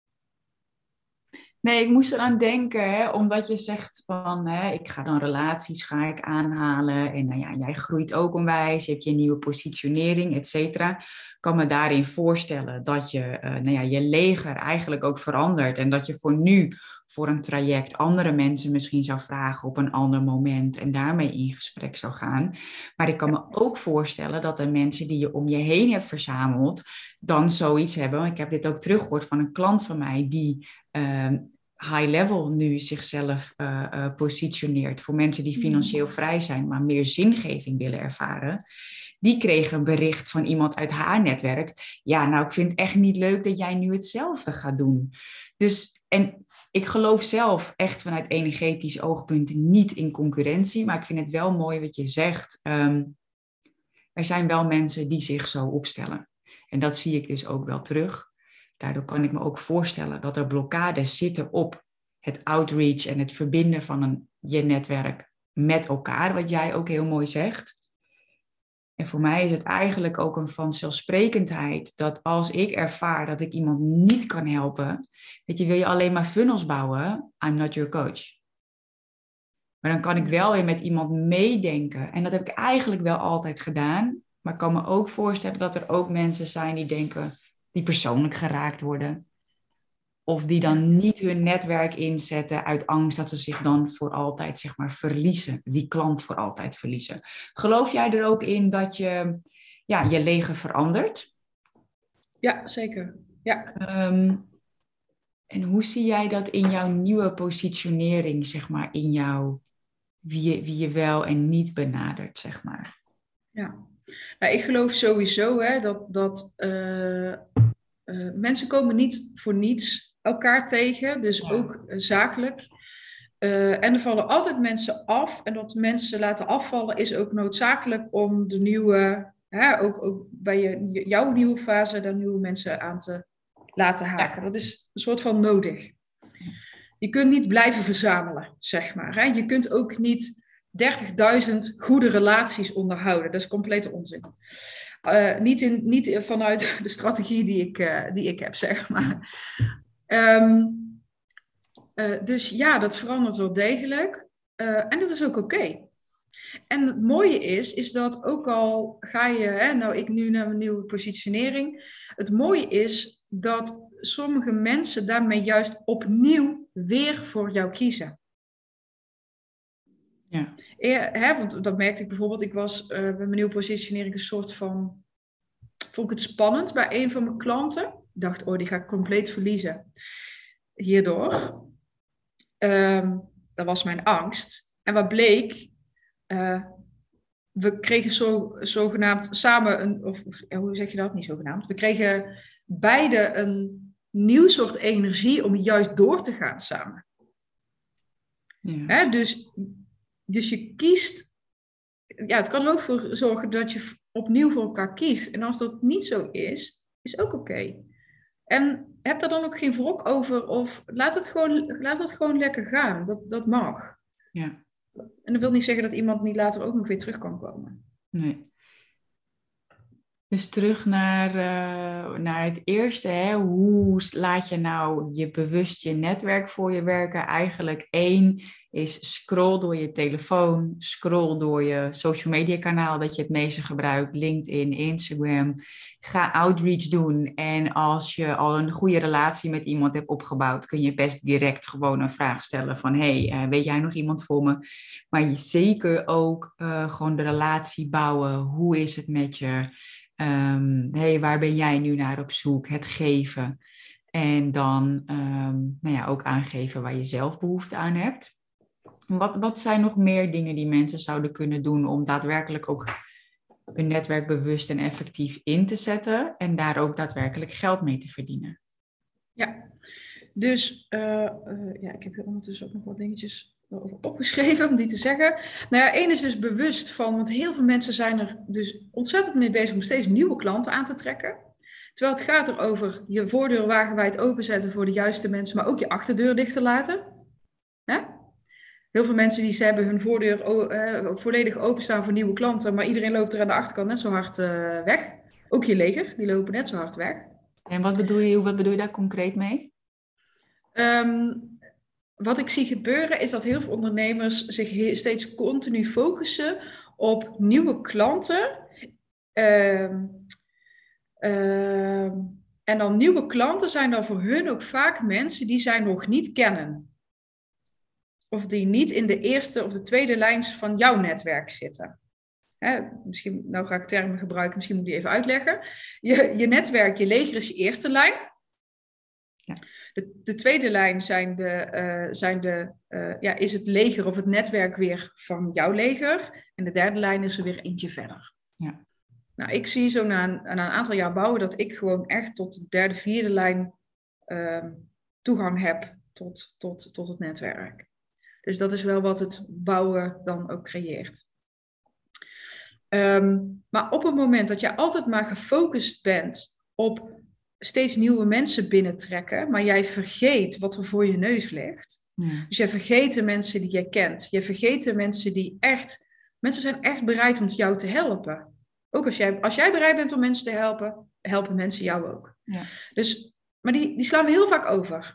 Nee, ik moest eraan denken, hè, omdat je zegt van, hè, ik ga dan relaties ga ik aanhalen en nou ja, jij groeit ook onwijs, je hebt je nieuwe positionering, et cetera. Ik kan me daarin voorstellen dat je, uh, nou ja, je leger eigenlijk ook verandert en dat je voor nu, voor een traject, andere mensen misschien zou vragen op een ander moment en daarmee in gesprek zou gaan. Maar ik kan me ook voorstellen dat de mensen die je om je heen hebt verzameld, dan zoiets hebben. Ik heb dit ook teruggehoord van een klant van mij die Uh, high level nu zichzelf uh, uh, positioneert voor mensen die financieel vrij zijn, maar meer zingeving willen ervaren. Die kreeg een bericht van iemand uit haar netwerk. Ja, nou, ik vind het echt niet leuk dat jij nu hetzelfde gaat doen. Dus, en ik geloof zelf echt vanuit energetisch oogpunt niet in concurrentie, maar ik vind het wel mooi wat je zegt. Um, er zijn wel mensen die zich zo opstellen. En dat zie ik dus ook wel terug. Daardoor kan ik me ook voorstellen dat er blokkades zitten op het outreach en het verbinden van een, je netwerk met elkaar, wat jij ook heel mooi zegt. En voor mij is het eigenlijk ook een vanzelfsprekendheid dat als ik ervaar dat ik iemand niet kan helpen, weet je, wil je alleen maar funnels bouwen, I'm not your coach. Maar dan kan ik wel weer met iemand meedenken. En dat heb ik eigenlijk wel altijd gedaan. Maar ik kan me ook voorstellen dat er ook mensen zijn die denken, die persoonlijk geraakt worden. Of die dan niet hun netwerk inzetten uit angst dat ze zich dan voor altijd, zeg maar, verliezen. Die klant voor altijd verliezen. Geloof jij er ook in dat je, ja, je leger verandert? Ja, zeker. Ja. Um, en hoe zie jij dat in jouw nieuwe positionering, zeg maar, in jouw, wie je, wie je wel en niet benadert, zeg maar? Ja. Nou, ik geloof sowieso hè, dat, dat uh, uh, mensen komen niet voor niets elkaar tegen, dus ja. ook uh, zakelijk. Uh, en er vallen altijd mensen af. En dat mensen laten afvallen is ook noodzakelijk om de nieuwe, hè, ook, ook bij je, jouw nieuwe fase, daar nieuwe mensen aan te laten haken. Ja. Dat is een soort van nodig. Je kunt niet blijven verzamelen, zeg maar. Hè. Je kunt ook niet dertigduizend goede relaties onderhouden. Dat is complete onzin. Uh, niet, in, niet vanuit de strategie die ik, uh, die ik heb, zeg maar. Um, uh, dus ja, dat verandert wel degelijk. Uh, en dat is ook oké. Okay. En het mooie is, is dat ook al ga je, hè, nou ik nu naar mijn nieuwe positionering. Het mooie is dat sommige mensen daarmee juist opnieuw weer voor jou kiezen. Ja. Ja, hè, want dat merkte ik bijvoorbeeld. Ik was uh, bij mijn nieuwe positionering een soort van... Vond ik het spannend bij een van mijn klanten. Ik dacht, oh, die ga ik compleet verliezen. Hierdoor. Um, dat was mijn angst. En wat bleek... Uh, we kregen zo, zogenaamd samen... Een, of, of hoe zeg je dat? Niet zogenaamd. We kregen beide een nieuw soort energie om juist door te gaan samen. Ja. Hè, dus... Dus je kiest, ja, het kan er ook voor zorgen dat je opnieuw voor elkaar kiest. En als dat niet zo is, is ook oké. Okay. En heb daar dan ook geen wrok over of laat het gewoon, laat het gewoon lekker gaan. Dat, dat mag. Ja. En dat wil niet zeggen dat iemand niet later ook nog weer terug kan komen. Nee. Dus terug naar, uh, naar het eerste. Hè? Hoe laat je nou je bewust je netwerk voor je werken? Eigenlijk één is scroll door je telefoon, scroll door je social media kanaal dat je het meeste gebruikt, LinkedIn, Instagram. Ga outreach doen en als je al een goede relatie met iemand hebt opgebouwd, kun je best direct gewoon een vraag stellen van hey, uh, weet jij nog iemand voor me? Maar je zeker ook uh, gewoon de relatie bouwen. Hoe is het met je? Um, hey, waar ben jij nu naar op zoek? Het geven. En dan um, nou ja, ook aangeven waar je zelf behoefte aan hebt. Wat, wat zijn nog meer dingen die mensen zouden kunnen doen om daadwerkelijk ook hun netwerk bewust en effectief in te zetten en daar ook daadwerkelijk geld mee te verdienen? Ja, dus uh, uh, ja, ik heb hier ondertussen ook nog wat dingetjes opgeschreven om die te zeggen. Nou ja, één is dus bewust van, want heel veel mensen zijn er dus ontzettend mee bezig om steeds nieuwe klanten aan te trekken. Terwijl het gaat erover je voordeur wagenwijd openzetten voor de juiste mensen, maar ook je achterdeur dicht te laten. Hè? Heel veel mensen die ze hebben hun voordeur uh, volledig openstaan voor nieuwe klanten, maar iedereen loopt er aan de achterkant net zo hard uh, weg. Ook je leger, die lopen net zo hard weg. En wat bedoel je, wat bedoel je daar concreet mee? Um, wat ik zie gebeuren is dat heel veel ondernemers zich steeds continu focussen op nieuwe klanten. Um, um, en dan nieuwe klanten zijn dan voor hun ook vaak mensen die zij nog niet kennen. Of die niet in de eerste of de tweede lijn van jouw netwerk zitten. Hè, misschien, nou ga ik termen gebruiken, misschien moet ik die even uitleggen. Je, je netwerk, je leger is je eerste lijn. Ja. De, de tweede lijn zijn de, uh, zijn de, uh, ja, is het leger of het netwerk weer van jouw leger. En de derde lijn is er weer eentje verder. Ja. Nou, ik zie zo na een, na een aantal jaar bouwen dat ik gewoon echt tot de derde, vierde lijn uh, toegang heb tot, tot, tot het netwerk. Dus dat is wel wat het bouwen dan ook creëert. Um, maar op het moment dat je altijd maar gefocust bent op steeds nieuwe mensen binnentrekken, maar jij vergeet wat er voor je neus ligt. Ja. Dus jij vergeet de mensen die jij kent. Je vergeet de mensen die echt... Mensen zijn echt bereid om jou te helpen. Ook als jij, als jij bereid bent om mensen te helpen, helpen mensen jou ook. Ja. Dus, maar die, die slaan we heel vaak over.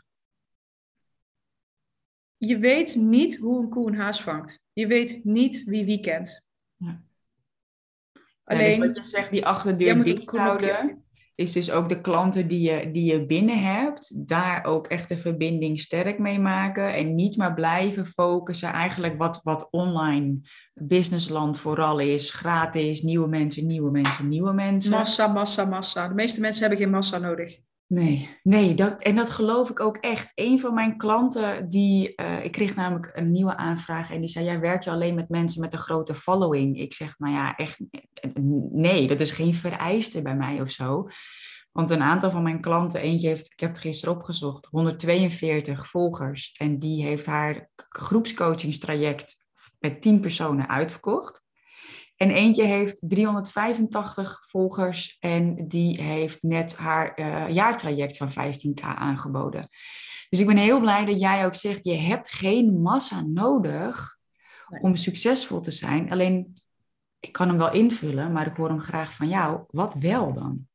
Je weet niet hoe een koe een haas vangt. Je weet niet wie wie kent. Ja. Alleen, ja, dus wat je zegt, die achterdeur dicht houden, is dus ook de klanten die je, die je binnen hebt, daar ook echt de verbinding sterk mee maken en niet maar blijven focussen eigenlijk wat, wat online businessland vooral is, gratis, nieuwe mensen, nieuwe mensen, nieuwe mensen. Massa, massa, massa. De meeste mensen hebben geen massa nodig. Nee, nee dat, en dat geloof ik ook echt. Een van mijn klanten, die, uh, ik kreeg namelijk een nieuwe aanvraag en die zei, jij werkt je alleen met mensen met een grote following? Ik zeg, nou ja, echt, nee, dat is geen vereiste bij mij of zo. Want een aantal van mijn klanten, eentje heeft, ik heb het gisteren opgezocht, honderdtweeënveertig volgers. En die heeft haar groepscoachingstraject met tien personen uitverkocht. En eentje heeft driehonderdvijfentachtig volgers en die heeft net haar uh, jaartraject van vijftien k aangeboden. Dus ik ben heel blij dat jij ook zegt, je hebt geen massa nodig nee. om succesvol te zijn. Alleen, ik kan hem wel invullen, maar ik hoor hem graag van jou. Wat wel dan?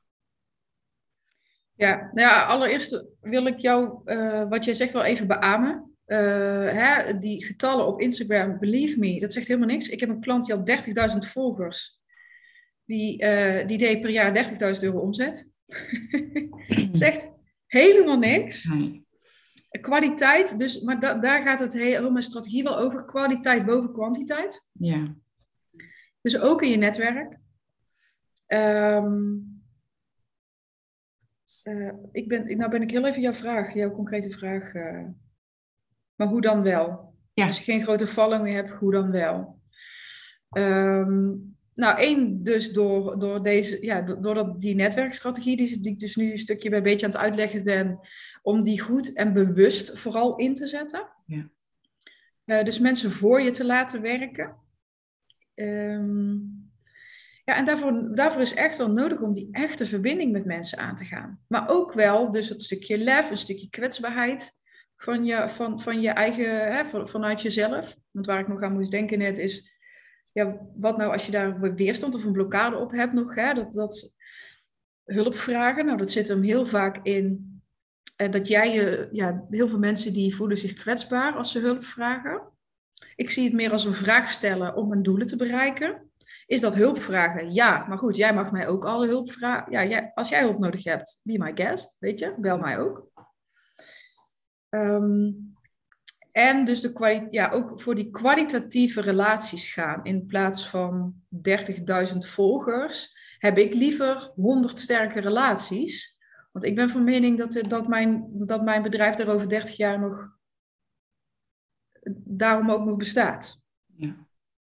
Ja, nou ja, allereerst wil ik jou, uh, wat jij zegt, wel even beamen. Uh, hè, die getallen op Instagram, believe me, dat zegt helemaal niks. Ik heb een klant die had dertigduizend volgers. Die, uh, die deed per jaar dertigduizend euro omzet. Het zegt helemaal niks. Nee. Kwaliteit, dus, maar da- daar gaat het heel mijn strategie wel over. Kwaliteit boven kwantiteit. Ja. Dus ook in je netwerk. Um, uh, ik ben, nou ben ik heel even jouw vraag, jouw concrete vraag... Uh, Maar hoe dan wel? Ja. Als je geen grote following meer hebt, hoe dan wel? Um, nou, één dus door, door, deze, ja, door die netwerkstrategie, die, die ik dus nu een stukje bij beetje aan het uitleggen ben, om die goed en bewust vooral in te zetten. Ja. Uh, dus mensen voor je te laten werken. Um, ja, en daarvoor, daarvoor is echt wel nodig om die echte verbinding met mensen aan te gaan. Maar ook wel dus het stukje lef, een stukje kwetsbaarheid. Van je, van, van je eigen, hè, van, vanuit jezelf. Want waar ik nog aan moest denken net is, ja, wat nou als je daar weerstand of een blokkade op hebt nog, hè, dat, dat hulp vragen, nou dat zit hem heel vaak in uh, dat jij je, ja, heel veel mensen die voelen zich kwetsbaar als ze hulp vragen. Ik zie het meer als een vraag stellen om mijn doelen te bereiken. Is dat hulp vragen? Ja, maar goed, jij mag mij ook alle hulp vragen. Ja, jij, als jij hulp nodig hebt, be my guest, weet je, bel mij ook. Um, en dus de kwali- ja, ook voor die kwalitatieve relaties gaan. In plaats van dertigduizend volgers, heb ik liever honderd sterke relaties. Want ik ben van mening dat, dat, mijn, dat mijn bedrijf er over dertig jaar nog daarom ook nog bestaat. Ja.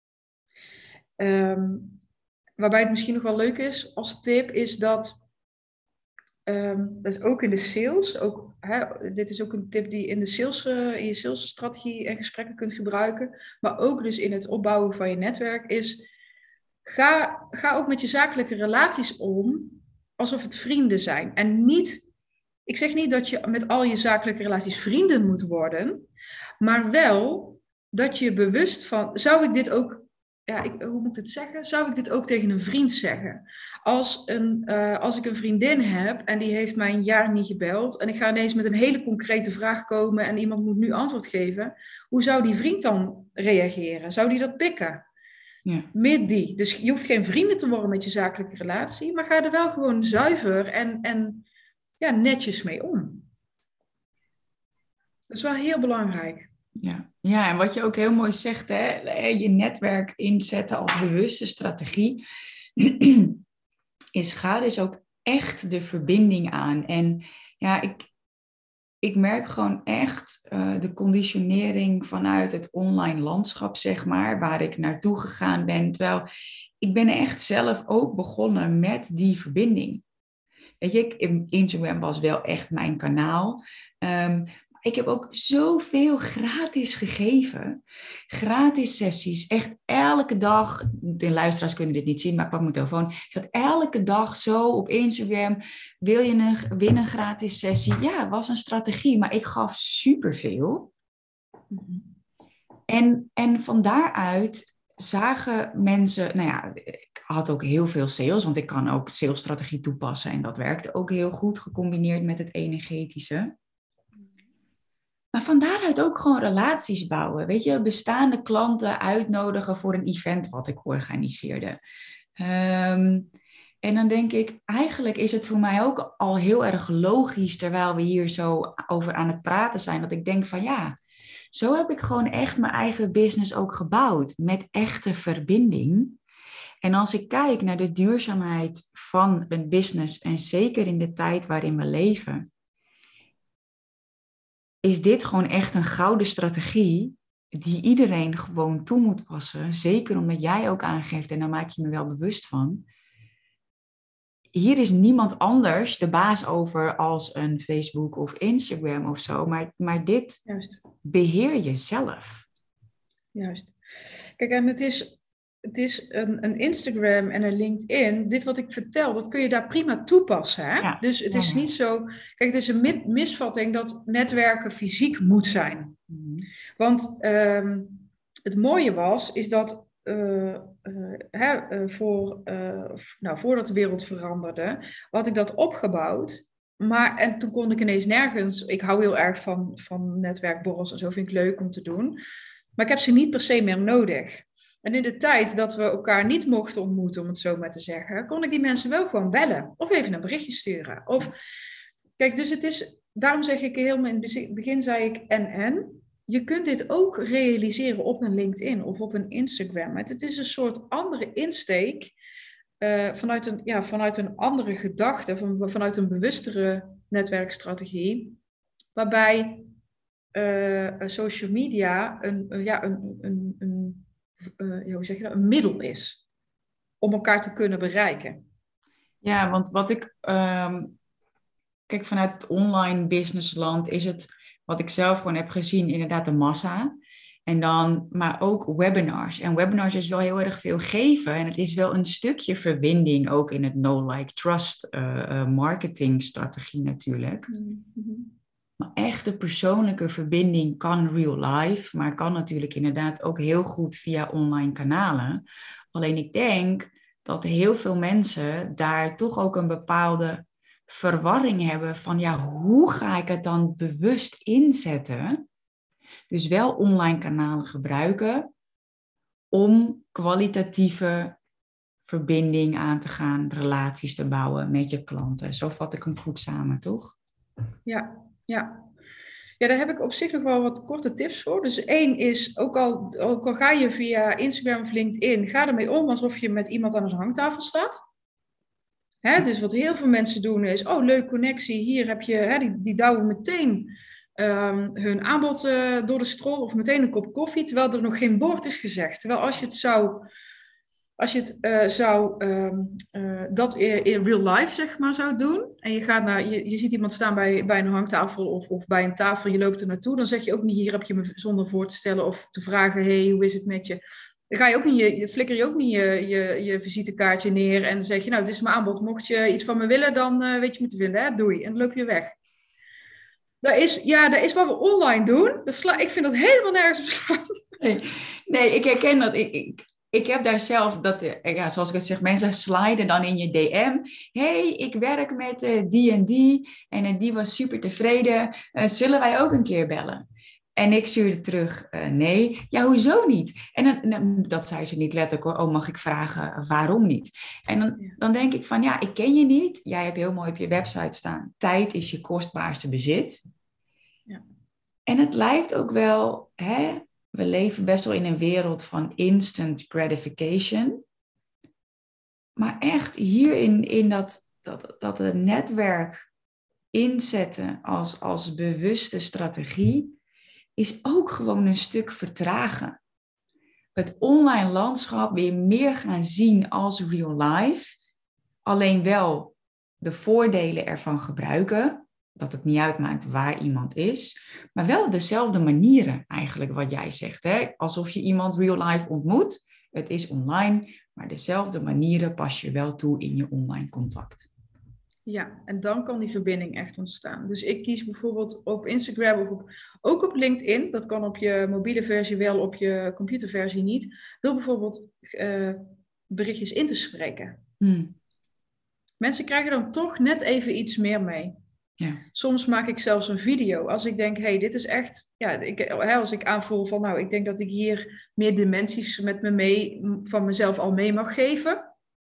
Um, waarbij het misschien nog wel leuk is als tip, is dat, um, dat is ook in de sales, ook, hè, dit is ook een tip die in, de sales, uh, in je salesstrategie en gesprekken kunt gebruiken, maar ook dus in het opbouwen van je netwerk, is ga, ga ook met je zakelijke relaties om alsof het vrienden zijn. En niet, ik zeg niet dat je met al je zakelijke relaties vrienden moet worden, maar wel dat je bewust van, zou ik dit ook, ja, ik, hoe moet ik het zeggen? Zou ik dit ook tegen een vriend zeggen? Als, een, uh, als ik een vriendin heb en die heeft mij een jaar niet gebeld en ik ga ineens met een hele concrete vraag komen en iemand moet nu antwoord geven, hoe zou die vriend dan reageren? Zou die dat pikken? Ja. Meer die. Dus je hoeft geen vrienden te worden met je zakelijke relatie, maar ga er wel gewoon zuiver en, en ja, netjes mee om. Dat is wel heel belangrijk. Ja. Ja, en wat je ook heel mooi zegt, hè, je netwerk inzetten als bewuste strategie, is ga dus ook echt de verbinding aan. En ja, ik, ik merk gewoon echt uh, de conditionering vanuit het online landschap, zeg maar, waar ik naartoe gegaan ben. Terwijl ik ben echt zelf ook begonnen met die verbinding. Weet je, ik, Instagram was wel echt mijn kanaal. Um, Ik heb ook zoveel gratis gegeven. Gratis sessies. Echt elke dag. De luisteraars kunnen dit niet zien, maar ik pak mijn telefoon. Ik zat elke dag zo op Instagram. Wil je een, win een gratis sessie? Ja, het was een strategie, maar ik gaf superveel. En, en van daaruit zagen mensen... Nou ja, ik had ook heel veel sales, want ik kan ook salesstrategie toepassen. En dat werkte ook heel goed, gecombineerd met het energetische. Maar van daaruit ook gewoon relaties bouwen. Weet je, bestaande klanten uitnodigen voor een event wat ik organiseerde. Um, en dan denk ik, eigenlijk is het voor mij ook al heel erg logisch, terwijl we hier zo over aan het praten zijn, dat ik denk van ja, zo heb ik gewoon echt mijn eigen business ook gebouwd. Met echte verbinding. En als ik kijk naar de duurzaamheid van een business, en zeker in de tijd waarin we leven, is dit gewoon echt een gouden strategie die iedereen gewoon toe moet passen. Zeker omdat jij ook aangeeft, en daar maak je me wel bewust van. Hier is niemand anders de baas over als een Facebook of Instagram of zo. Maar, maar dit Juist. Beheer je zelf. Juist. Kijk, en het is... Het is een, een Instagram en een LinkedIn. Dit wat ik vertel, dat kun je daar prima toepassen. Hè? Ja, dus het is ja, ja. niet zo... Kijk, het is een misvatting dat netwerken fysiek moet zijn. Mm-hmm. Want um, het mooie was, is dat... Uh, uh, hè, uh, voor, uh, nou, voordat de wereld veranderde, had ik dat opgebouwd. Maar, en toen kon ik ineens nergens... Ik hou heel erg van, van netwerkborrels en zo, vind ik leuk om te doen. Maar ik heb ze niet per se meer nodig. En in de tijd dat we elkaar niet mochten ontmoeten, om het zo maar te zeggen, kon ik die mensen wel gewoon bellen. Of even een berichtje sturen. Of, kijk, dus het is, daarom zeg ik helemaal in het begin, zei ik en en. Je kunt dit ook realiseren op een LinkedIn of op een Instagram. Het is een soort andere insteek uh, vanuit, een, ja, vanuit een andere gedachte, van, vanuit een bewustere netwerkstrategie, waarbij uh, social media een, een, ja, een, een, een Uh, ja, hoe zeg je dat? Een middel is om elkaar te kunnen bereiken. Ja, want wat ik... Um, kijk, vanuit het online businessland is het... Wat ik zelf gewoon heb gezien, inderdaad de massa. En dan, maar ook webinars. En webinars is wel heel erg veel geven. En het is wel een stukje verbinding ook in het know, like, trust uh, uh, marketing strategie natuurlijk. Mm-hmm. Maar echte persoonlijke verbinding kan real life, maar kan natuurlijk inderdaad ook heel goed via online kanalen. Alleen ik denk dat heel veel mensen daar toch ook een bepaalde verwarring hebben van, ja, hoe ga ik het dan bewust inzetten? Dus wel online kanalen gebruiken om kwalitatieve verbinding aan te gaan, relaties te bouwen met je klanten. Zo vat ik hem goed samen, toch? Ja, ja. Ja, daar heb ik op zich nog wel wat korte tips voor. Dus één is, ook al, ook al ga je via Instagram of LinkedIn, ga ermee om alsof je met iemand aan een hangtafel staat. Hè, dus wat heel veel mensen doen is, oh, leuk connectie, hier heb je, hè, die, die douwen meteen um, hun aanbod uh, door de strol of meteen een kop koffie, terwijl er nog geen woord is gezegd. Terwijl als je het zou, als je het uh, zou, um, uh, dat in, in real life, zeg maar, zou doen, en je gaat naar, je, je ziet iemand staan bij, bij een hangtafel of, of bij een tafel, je loopt er naartoe, dan zeg je ook niet, hier heb je me, zonder voor te stellen of te vragen, hey, hoe is het met je? Dan ga je ook niet, je, flikker je ook niet je, je, je visitekaartje neer en dan zeg je, nou, het is mijn aanbod. Mocht je iets van me willen, dan uh, weet je me te vinden. Hè? Doei. En dan loop je weg. Dat is, ja, dat is wat we online doen. Dat sla, ik vind dat helemaal nergens op slaan. Nee, nee, ik herken dat. Ik, ik, ik heb daar zelf, dat, ja, zoals ik het zeg, mensen sliden dan in je D M. Hey, ik werk met uh, die en die en uh, die was super tevreden. Uh, zullen wij ook een keer bellen? En ik stuurde terug, uh, nee. Ja, hoezo niet? En dan, dan, dat zei ze niet letterlijk hoor. Oh, mag ik vragen waarom niet? En dan, dan denk ik van, ja, ik ken je niet. Jij hebt heel mooi op je website staan. Tijd is je kostbaarste bezit. Ja. En het lijkt ook wel, hè, we leven best wel in een wereld van instant gratification. Maar echt hierin in dat, dat, dat het netwerk inzetten als, als bewuste strategie is ook gewoon een stuk vertragen. Het online landschap weer meer gaan zien als real life. Alleen wel de voordelen ervan gebruiken. Dat het niet uitmaakt waar iemand is. Maar wel dezelfde manieren eigenlijk wat jij zegt. Hè? Alsof je iemand real life ontmoet. Het is online. Maar dezelfde manieren pas je wel toe in je online contact. Ja, en dan kan die verbinding echt ontstaan. Dus ik kies bijvoorbeeld op Instagram of op, ook op LinkedIn. Dat kan op je mobiele versie wel, op je computerversie niet. Door bijvoorbeeld uh, berichtjes in te spreken. Hmm. Mensen krijgen dan toch net even iets meer mee. Ja. Soms maak ik zelfs een video. Als ik denk, hey, dit is echt... Ja, ik, als ik aanvoel van, nou, ik denk dat ik hier meer dimensies met me mee, van mezelf al mee mag geven.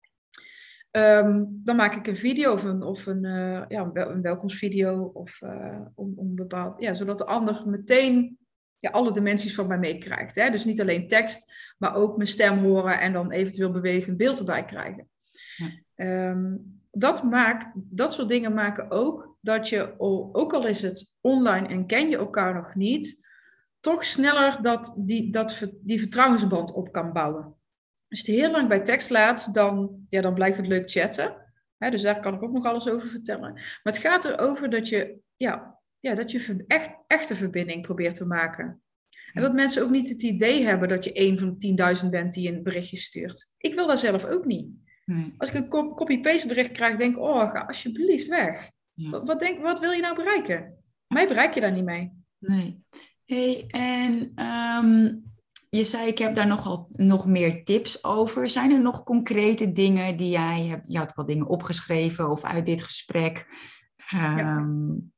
Um, dan maak ik een video of een, of een, uh, ja, een welkomstvideo. Of, uh, om, om bepaald, ja, zodat de ander meteen ja, alle dimensies van mij meekrijgt. Hè? Dus niet alleen tekst, maar ook mijn stem horen en dan eventueel bewegend beeld erbij krijgen. Ja. Um, dat, maakt, dat soort dingen maken ook dat je, ook al is het online en ken je elkaar nog niet, toch sneller dat die, dat, die vertrouwensband op kan bouwen. Als je het heel lang bij tekst laat, dan, ja, dan blijkt het leuk chatten. Hè, dus daar kan ik ook nog alles over vertellen. Maar het gaat erover dat je, ja, ja, dat je echt, echte verbinding probeert te maken. En dat mensen ook niet het idee hebben dat je één van tienduizend bent die een berichtje stuurt. Ik wil dat zelf ook niet. Nee. Als ik een copy-paste bericht krijg, denk ik, oh, ga alsjeblieft weg. Ja. Wat, wat, denk, wat wil je nou bereiken? Mij bereik je daar niet mee. Nee. Hey, en... Um... Je zei, ik heb daar nogal, nog meer tips over. Zijn er nog concrete dingen die jij hebt? Je had wat dingen opgeschreven of uit dit gesprek. Um, ja.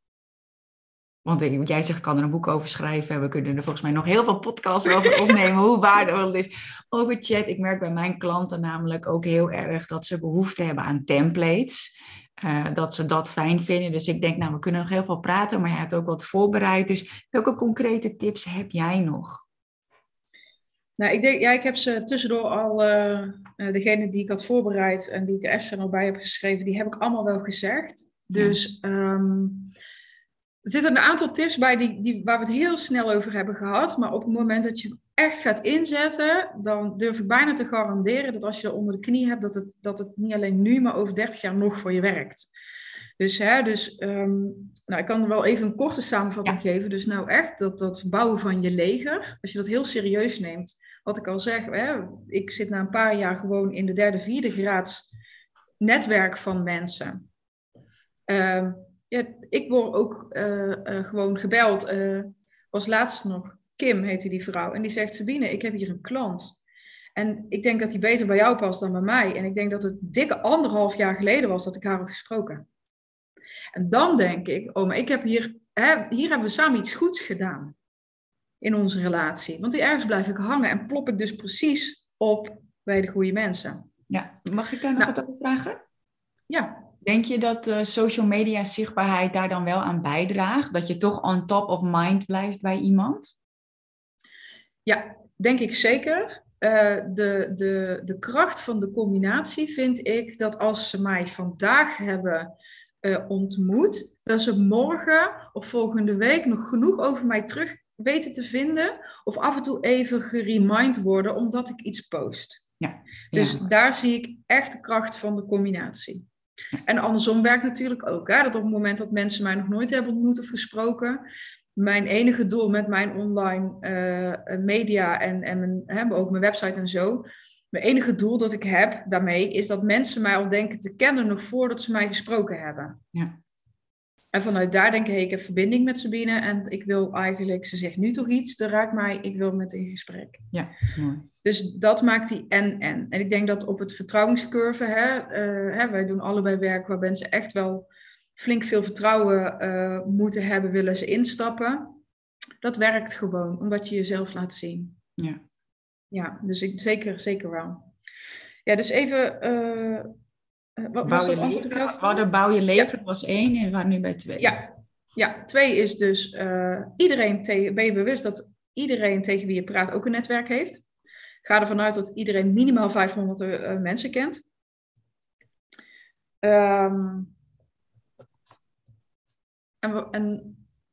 Want ik, jij zegt, ik kan er een boek over schrijven. We kunnen er volgens mij nog heel veel podcasts over opnemen. Hoe waardevol het is. Over chat. Ik merk bij mijn klanten namelijk ook heel erg dat ze behoefte hebben aan templates. Uh, dat ze dat fijn vinden. Dus ik denk, nou, we kunnen nog heel veel praten. Maar jij hebt ook wat voorbereid. Dus welke concrete tips heb jij nog? Nou, ik denk, ja, ik heb ze tussendoor al, uh, uh, degene die ik had voorbereid en die ik er extra nog bij heb geschreven, die heb ik allemaal wel gezegd. Dus ja. um, er zitten een aantal tips bij die, die, waar we het heel snel over hebben gehad. Maar op het moment dat je echt gaat inzetten, dan durf ik bijna te garanderen dat als je er onder de knie hebt, dat het, dat het niet alleen nu, maar over dertig jaar nog voor je werkt. Dus, hè, dus um, nou, ik kan er wel even een korte samenvatting ja. geven. Dus nou echt, dat, dat bouwen van je leger, als je dat heel serieus neemt. Wat ik al zeg, hè, ik zit na een paar jaar gewoon in de derde, vierde graads netwerk van mensen. Um, ja, ik word ook uh, uh, gewoon gebeld. Uh, was laatst nog, Kim heette die vrouw. En die zegt, Sabine, ik heb hier een klant. En ik denk dat die beter bij jou past dan bij mij. En ik denk dat het dikke anderhalf jaar geleden was dat ik haar had gesproken. En dan denk ik, oh, maar ik heb hier, hè, hier hebben we samen iets goeds gedaan. In onze relatie. Want ergens blijf ik hangen en plop ik dus precies op bij de goede mensen. Ja, mag ik daar nog nou, wat over vragen? Ja. Denk je dat uh, social media zichtbaarheid daar dan wel aan bijdraagt? Dat je toch on top of mind blijft bij iemand? Ja, denk ik zeker. Uh, de, de, de kracht van de combinatie vind ik dat als ze mij vandaag hebben uh, ontmoet, dat ze morgen of volgende week nog genoeg over mij terug weten te vinden of af en toe even geremind worden omdat ik iets post. Ja, dus ja. daar zie ik echt de kracht van de combinatie. Ja. En andersom werkt natuurlijk ook. Hè? Dat op het moment dat mensen mij nog nooit hebben ontmoet of gesproken, mijn enige doel met mijn online uh, media en, en mijn, hè, ook mijn website en zo, mijn enige doel dat ik heb daarmee is dat mensen mij al denken te kennen nog voordat ze mij gesproken hebben. Ja. En vanuit daar denk ik, hey, ik heb verbinding met Sabine en ik wil eigenlijk, ze zegt nu toch iets, dat raakt mij, ik wil met in gesprek. Ja, mooi. Dus dat maakt die en-en. En ik denk dat op het vertrouwenscurve, hè, uh, hè, wij doen allebei werk waar mensen echt wel flink veel vertrouwen uh, moeten hebben, willen ze instappen. Dat werkt gewoon, omdat je jezelf laat zien. Ja. Ja, dus ik, zeker, zeker wel. Ja, dus even... Uh, wat was dat antwoord op jouw vraag? Hadden bouw je leven ja. was één en we waren nu bij twee. Ja, ja twee is dus uh, iedereen tegen, ben je bewust dat iedereen tegen wie je praat ook een netwerk heeft. Ga ervan uit dat iedereen minimaal vijfhonderd uh, mensen kent. Um, en, en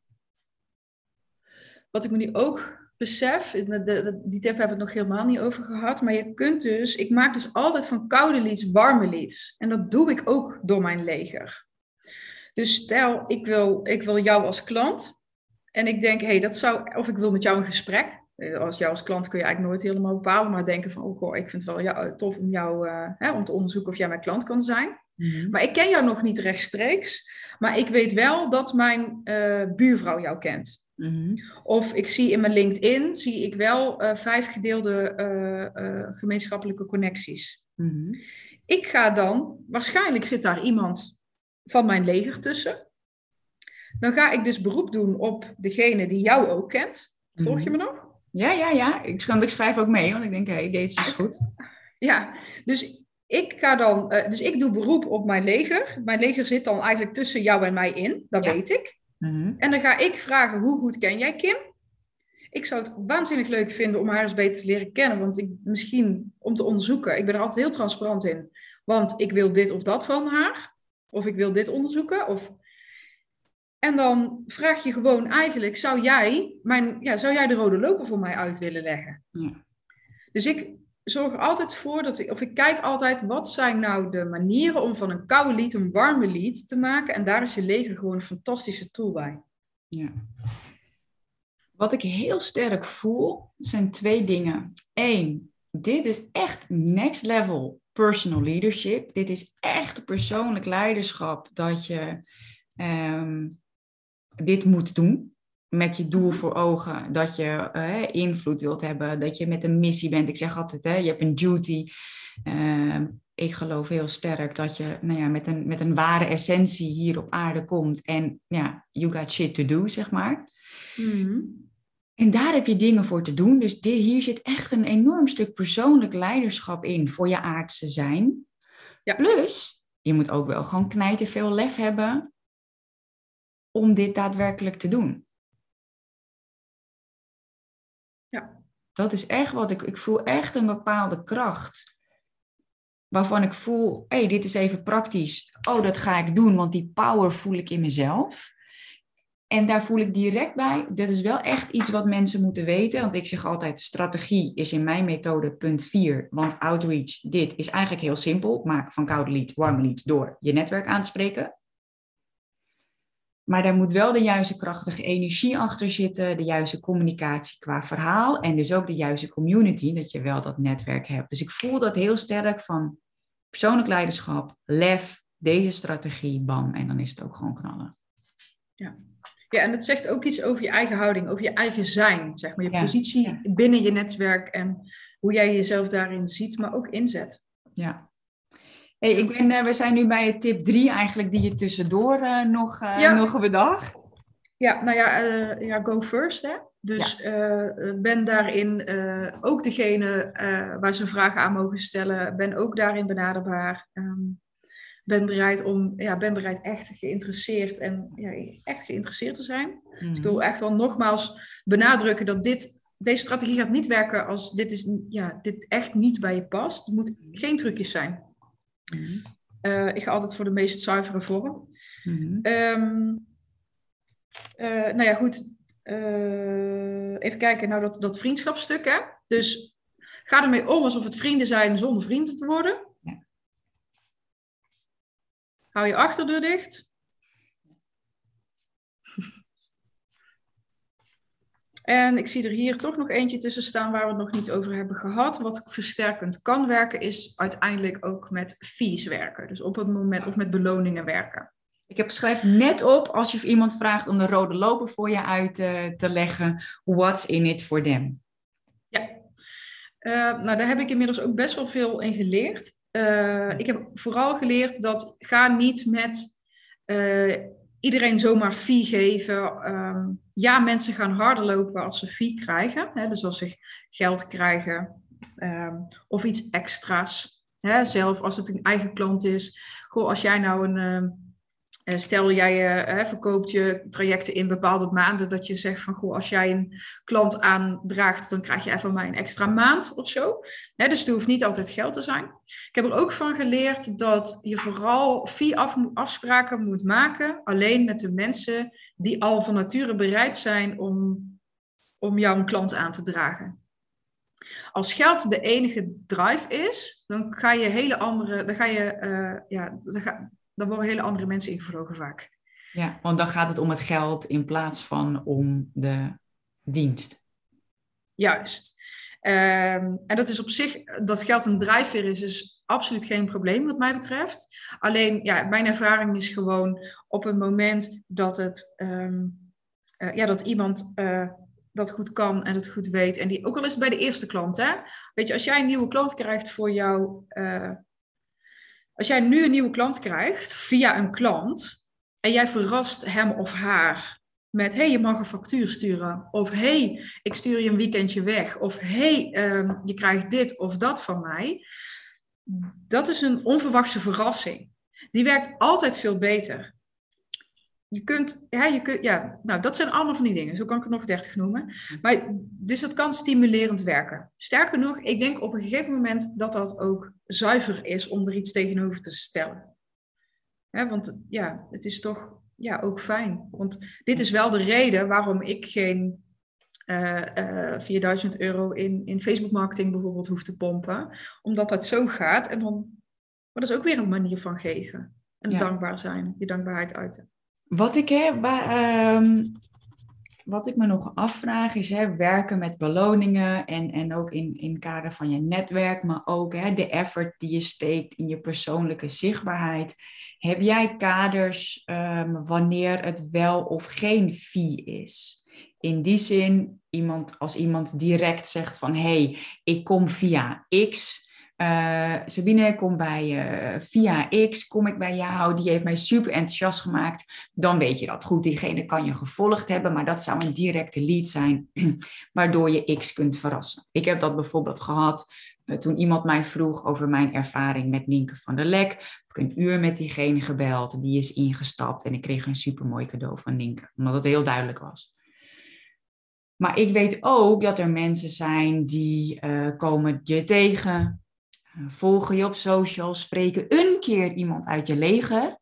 wat ik me nu ook besef, de, de, die tip hebben we het nog helemaal niet over gehad, maar je kunt dus, ik maak dus altijd van koude leads warme leads. En dat doe ik ook door mijn leger. Dus stel, ik wil, ik wil jou als klant en ik denk, hey, dat zou, of ik wil met jou een gesprek. Als jou als klant kun je eigenlijk nooit helemaal bepalen, maar denken van, oh goh, ik vind het wel ja, tof om jou, uh, hè, om te onderzoeken of jij mijn klant kan zijn. Mm-hmm. Maar ik ken jou nog niet rechtstreeks, maar ik weet wel dat mijn uh, buurvrouw jou kent. Mm-hmm. Of ik zie in mijn LinkedIn, zie ik wel uh, vijf gedeelde uh, uh, gemeenschappelijke connecties. Mm-hmm. Ik ga dan, waarschijnlijk zit daar iemand van mijn leger tussen. Dan ga ik dus beroep doen op degene die jou ook kent. Volg mm-hmm. je me nog? Ja, ja, ja. Ik, ik schrijf ook mee, want ik denk, hé, hey, deze is goed. Ja, dus ik ga dan, uh, dus ik doe beroep op mijn leger. Mijn leger zit dan eigenlijk tussen jou en mij in, dat ja. weet ik. Mm-hmm. En dan ga ik vragen, hoe goed ken jij Kim? Ik zou het waanzinnig leuk vinden om haar eens beter te leren kennen, want ik, misschien om te onderzoeken. Ik ben er altijd heel transparant in, want ik wil dit of dat van haar. Of ik wil dit onderzoeken. Of... En dan vraag je gewoon eigenlijk, zou jij, mijn, ja, zou jij de rode loper voor mij uit willen leggen? Ja. Dus ik zorg er altijd voor, dat ik, of ik kijk altijd, wat zijn nou de manieren om van een koude lead een warme lead te maken? En daar is je leger gewoon een fantastische tool bij. Ja. Wat ik heel sterk voel, zijn twee dingen. Eén, dit is echt next level personal leadership. Dit is echt persoonlijk leiderschap dat je um, dit moet doen. Met je doel voor ogen. Dat je uh, invloed wilt hebben. Dat je met een missie bent. Ik zeg altijd, hè, je hebt een duty. Uh, ik geloof heel sterk dat je nou ja, met, een, met een ware essentie hier op aarde komt. En ja, you got shit to do, zeg maar. Mm-hmm. En daar heb je dingen voor te doen. Dus dit, hier zit echt een enorm stuk persoonlijk leiderschap in voor je aardse zijn. Ja. Plus, je moet ook wel gewoon knijten veel lef hebben om dit daadwerkelijk te doen. Ja. Dat is echt wat ik... Ik voel echt een bepaalde kracht. Waarvan ik voel, hé, hey, dit is even praktisch. Oh, dat ga ik doen, want die power voel ik in mezelf. En daar voel ik direct bij, dat is wel echt iets wat mensen moeten weten. Want ik zeg altijd, strategie is in mijn methode punt vier. Want outreach, dit is eigenlijk heel simpel. Maak van koude lead, warme lead door je netwerk aan te spreken. Maar daar moet wel de juiste krachtige energie achter zitten. De juiste communicatie qua verhaal. En dus ook de juiste community, dat je wel dat netwerk hebt. Dus ik voel dat heel sterk van persoonlijk leiderschap, lef, deze strategie, bam. En dan is het ook gewoon knallen. Ja. Ja, en het zegt ook iets over je eigen houding, over je eigen zijn, zeg maar. Je Ja, positie ja. binnen je netwerk en hoe jij jezelf daarin ziet, maar ook inzet. Ja. Hey, ik ben, uh, we zijn nu bij tip drie eigenlijk die je tussendoor uh, nog, uh, Ja. nog bedacht. Ja, nou ja, uh, ja go first, hè. Dus Ja. uh, ben daarin uh, ook degene uh, waar ze vragen aan mogen stellen. Ben ook daarin benaderbaar. Um, ben bereid om, ja, ben bereid echt geïnteresseerd en ja, echt geïnteresseerd te zijn. Mm-hmm. Dus ik wil echt wel nogmaals benadrukken dat dit, deze strategie gaat niet werken als dit, is, ja, dit echt niet bij je past. Het moet geen trucjes zijn. Mm-hmm. Uh, ik ga altijd voor de meest zuivere vorm. Mm-hmm. Um, uh, nou ja, goed. Uh, even kijken, nou dat, dat vriendschapsstuk, hè. Dus ga ermee om alsof het vrienden zijn zonder vrienden te worden. Ja. Hou je achterdeur dicht. En ik zie er hier toch nog eentje tussen staan waar we het nog niet over hebben gehad. Wat versterkend kan werken is uiteindelijk ook met fees werken. Dus op het moment of met beloningen werken. Ik heb schrijf net op als je iemand vraagt om de rode loper voor je uit uh, te leggen. What's in it for them? Ja, uh, nou daar heb ik inmiddels ook best wel veel in geleerd. Uh, ik heb vooral geleerd dat ga niet met uh, iedereen zomaar fee geven. Um, ja, mensen gaan harder lopen als ze fee krijgen. Hè, dus als ze geld krijgen um, of iets extra's. Hè, zelf als het een eigen klant is. Goh, als jij nou een... Uh, Uh, stel jij uh, verkoopt je trajecten in bepaalde maanden, dat je zegt van, goh, als jij een klant aandraagt, dan krijg je even van mij een extra maand of zo. Hè, dus het hoeft niet altijd geld te zijn. Ik heb er ook van geleerd dat je vooral fee-afspraken moet maken, alleen met de mensen die al van nature bereid zijn om, om jou een klant aan te dragen. Als geld de enige drive is, dan ga je hele andere, dan ga je, uh, ja, dan ga, dan worden hele andere mensen ingevlogen vaak. Ja, want dan gaat het om het geld in plaats van om de dienst. Juist. Um, en dat is op zich, dat geld een drijfveer is, is absoluut geen probleem wat mij betreft. Alleen, ja, mijn ervaring is gewoon op het moment dat het, um, uh, ja, dat iemand uh, dat goed kan en het goed weet. En die, ook al is het bij de eerste klant, hè. Weet je, als jij een nieuwe klant krijgt voor jou... Uh, Als jij nu een nieuwe klant krijgt via een klant en jij verrast hem of haar met hey, je mag een factuur sturen of hey, ik stuur je een weekendje weg of hey, um, je krijgt dit of dat van mij. Dat is een onverwachte verrassing. Die werkt altijd veel beter. Je kunt, ja, je kunt, ja, nou, dat zijn allemaal van die dingen. Zo kan ik er nog dertig noemen. Maar, dus dat kan stimulerend werken. Sterker nog, ik denk op een gegeven moment dat dat ook zuiver is om er iets tegenover te stellen. Hè, want ja, het is toch ja, ook fijn. Want dit is wel de reden waarom ik geen uh, uh, vierduizend euro in, in Facebook marketing bijvoorbeeld hoef te pompen. Omdat dat zo gaat. En dan, maar dat is ook weer een manier van geven. En ja. dankbaar zijn, je dankbaarheid uiten. Wat ik, hè, bij, um, wat ik me nog afvraag is hè, werken met beloningen en, en ook in, in kader van je netwerk, maar ook hè, de effort die je steekt in je persoonlijke zichtbaarheid. Heb jij kaders um, wanneer het wel of geen fee is? In die zin, iemand, als iemand direct zegt van hé, hey, ik kom via X... Uh, Sabine, kom bij uh, via X, kom ik bij jou, die heeft mij super enthousiast gemaakt, dan weet je dat. Goed, diegene kan je gevolgd hebben, maar dat zou een directe lead zijn, waardoor je X kunt verrassen. Ik heb dat bijvoorbeeld gehad uh, toen iemand mij vroeg over mijn ervaring met Nienke van der Lek. Heb ik een uur met diegene gebeld, die is ingestapt en ik kreeg een supermooi cadeau van Nienke, omdat het heel duidelijk was. Maar ik weet ook dat er mensen zijn die uh, komen je tegen, volgen je op social, spreken een keer iemand uit je leger,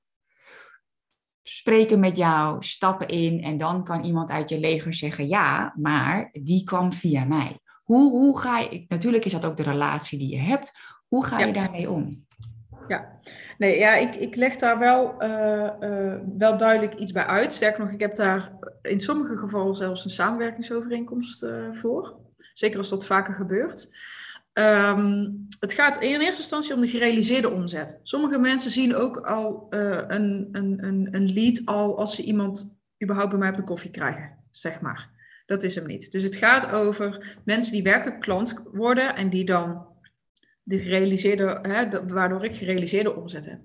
spreken met jou, stappen in en dan kan iemand uit je leger zeggen ja, maar die kwam via mij. Hoe, hoe ga je, natuurlijk is dat ook de relatie die je hebt, hoe ga je ja. daarmee om? Ja, nee, ja, ik, ik leg daar wel, uh, uh, wel duidelijk iets bij uit. Sterker nog, ik heb daar in sommige gevallen zelfs een samenwerkingsovereenkomst uh, voor. Zeker als dat vaker gebeurt. Um, het gaat in eerste instantie om de gerealiseerde omzet. Sommige mensen zien ook al uh, een, een, een, een lead al als ze iemand überhaupt bij mij op de koffie krijgen, zeg maar. Dat is hem niet. Dus het gaat over mensen die werkelijk klant worden en die dan de gerealiseerde, hè, waardoor ik gerealiseerde omzet heb.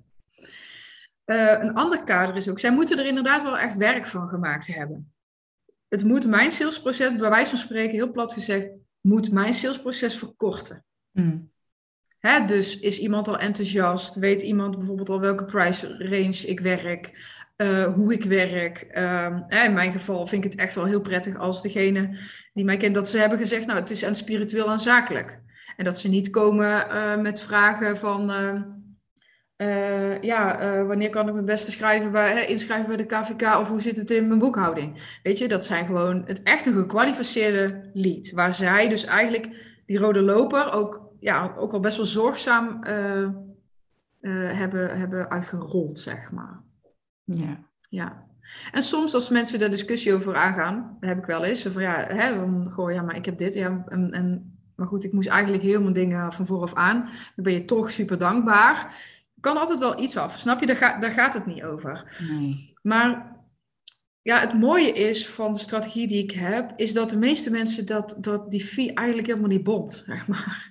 Uh, een ander kader is ook, zij moeten er inderdaad wel echt werk van gemaakt hebben. Het moet mijn salesproces, bij wijze van spreken, heel plat gezegd, moet mijn salesproces verkorten. Mm. Hè, dus is iemand al enthousiast? Weet iemand bijvoorbeeld al welke price range ik werk? Uh, hoe ik werk? Uh, in mijn geval vind ik het echt wel heel prettig als degene die mij kent, dat ze hebben gezegd, nou, het is aan spiritueel en zakelijk. En dat ze niet komen uh, met vragen van... Uh, Uh, ja, uh, wanneer kan ik mijn beste schrijven bij, hè, inschrijven bij de K V K of hoe zit het in mijn boekhouding? Weet je, dat zijn gewoon het echte gekwalificeerde lead. Waar zij dus eigenlijk die rode loper ook, ja, ook al best wel zorgzaam uh, uh, hebben, hebben uitgerold, zeg maar. Ja. Ja. En soms als mensen daar discussie over aangaan, dat heb ik wel eens. Van ja, hè, dan, goh, ja, maar ik heb dit. Ja, en, en, maar goed, ik moest eigenlijk heel mijn dingen van vooraf aan. Dan ben je toch super dankbaar. Kan altijd wel iets af, snap je? Daar, ga, daar gaat het niet over. Nee. Maar ja, het mooie is van de strategie die ik heb, is dat de meeste mensen dat, dat die fee eigenlijk helemaal niet bomt, zeg maar.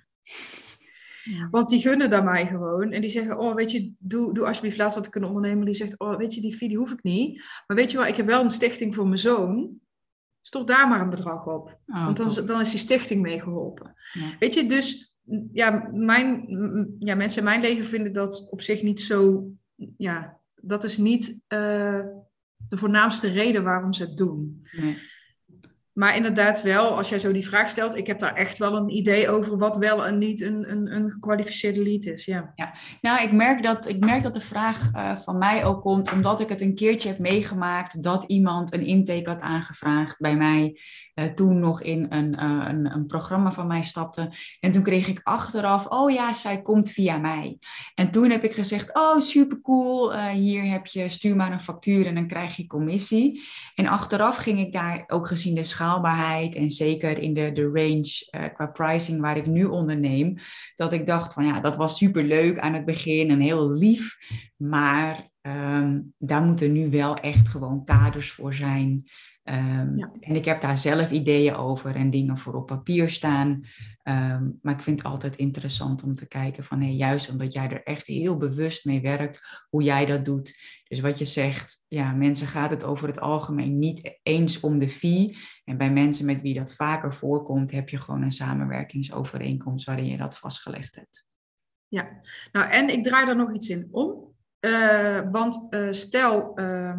Ja. Want die gunnen daar mij gewoon. En die zeggen, oh, weet je, doe, doe alsjeblieft laatst wat ik kunnen ondernemen. Die zegt, oh, weet je, die fee die hoef ik niet. Maar weet je wel, ik heb wel een stichting voor mijn zoon. Stort daar maar een bedrag op. Oh, want dan, dan is die stichting mee geholpen. Ja. Weet je, dus... Ja, mijn, ja, mensen in mijn leger vinden dat op zich niet zo... Ja, dat is niet uh, de voornaamste reden waarom ze het doen. Nee. Maar inderdaad wel, als jij zo die vraag stelt... Ik heb daar echt wel een idee over wat wel en niet een, een, een gekwalificeerde lead is. Ja. Ja. Nou, ik merk, dat, ik merk dat de vraag uh, van mij ook komt... omdat ik het een keertje heb meegemaakt... dat iemand een intake had aangevraagd bij mij... Uh, toen nog in een, uh, een, een programma van mij stapte. En toen kreeg ik achteraf... oh ja, zij komt via mij. En toen heb ik gezegd... oh, supercool, uh, hier heb je... stuur maar een factuur en dan krijg je commissie. En achteraf ging ik daar ook gezien de schaalbaarheid... en zeker in de, de range uh, qua pricing waar ik nu onderneem... dat ik dacht van ja, dat was superleuk aan het begin en heel lief. Maar um, daar moeten nu wel echt gewoon kaders voor zijn... Um, ja. En ik heb daar zelf ideeën over en dingen voor op papier staan. Um, maar ik vind het altijd interessant om te kijken van... Hey, juist omdat jij er echt heel bewust mee werkt, hoe jij dat doet. Dus wat je zegt, ja, mensen gaat het over het algemeen niet eens om de fee. En bij mensen met wie dat vaker voorkomt, heb je gewoon een samenwerkingsovereenkomst waarin je dat vastgelegd hebt. Ja, nou en ik draai daar nog iets in om. Uh, want uh, stel... Uh...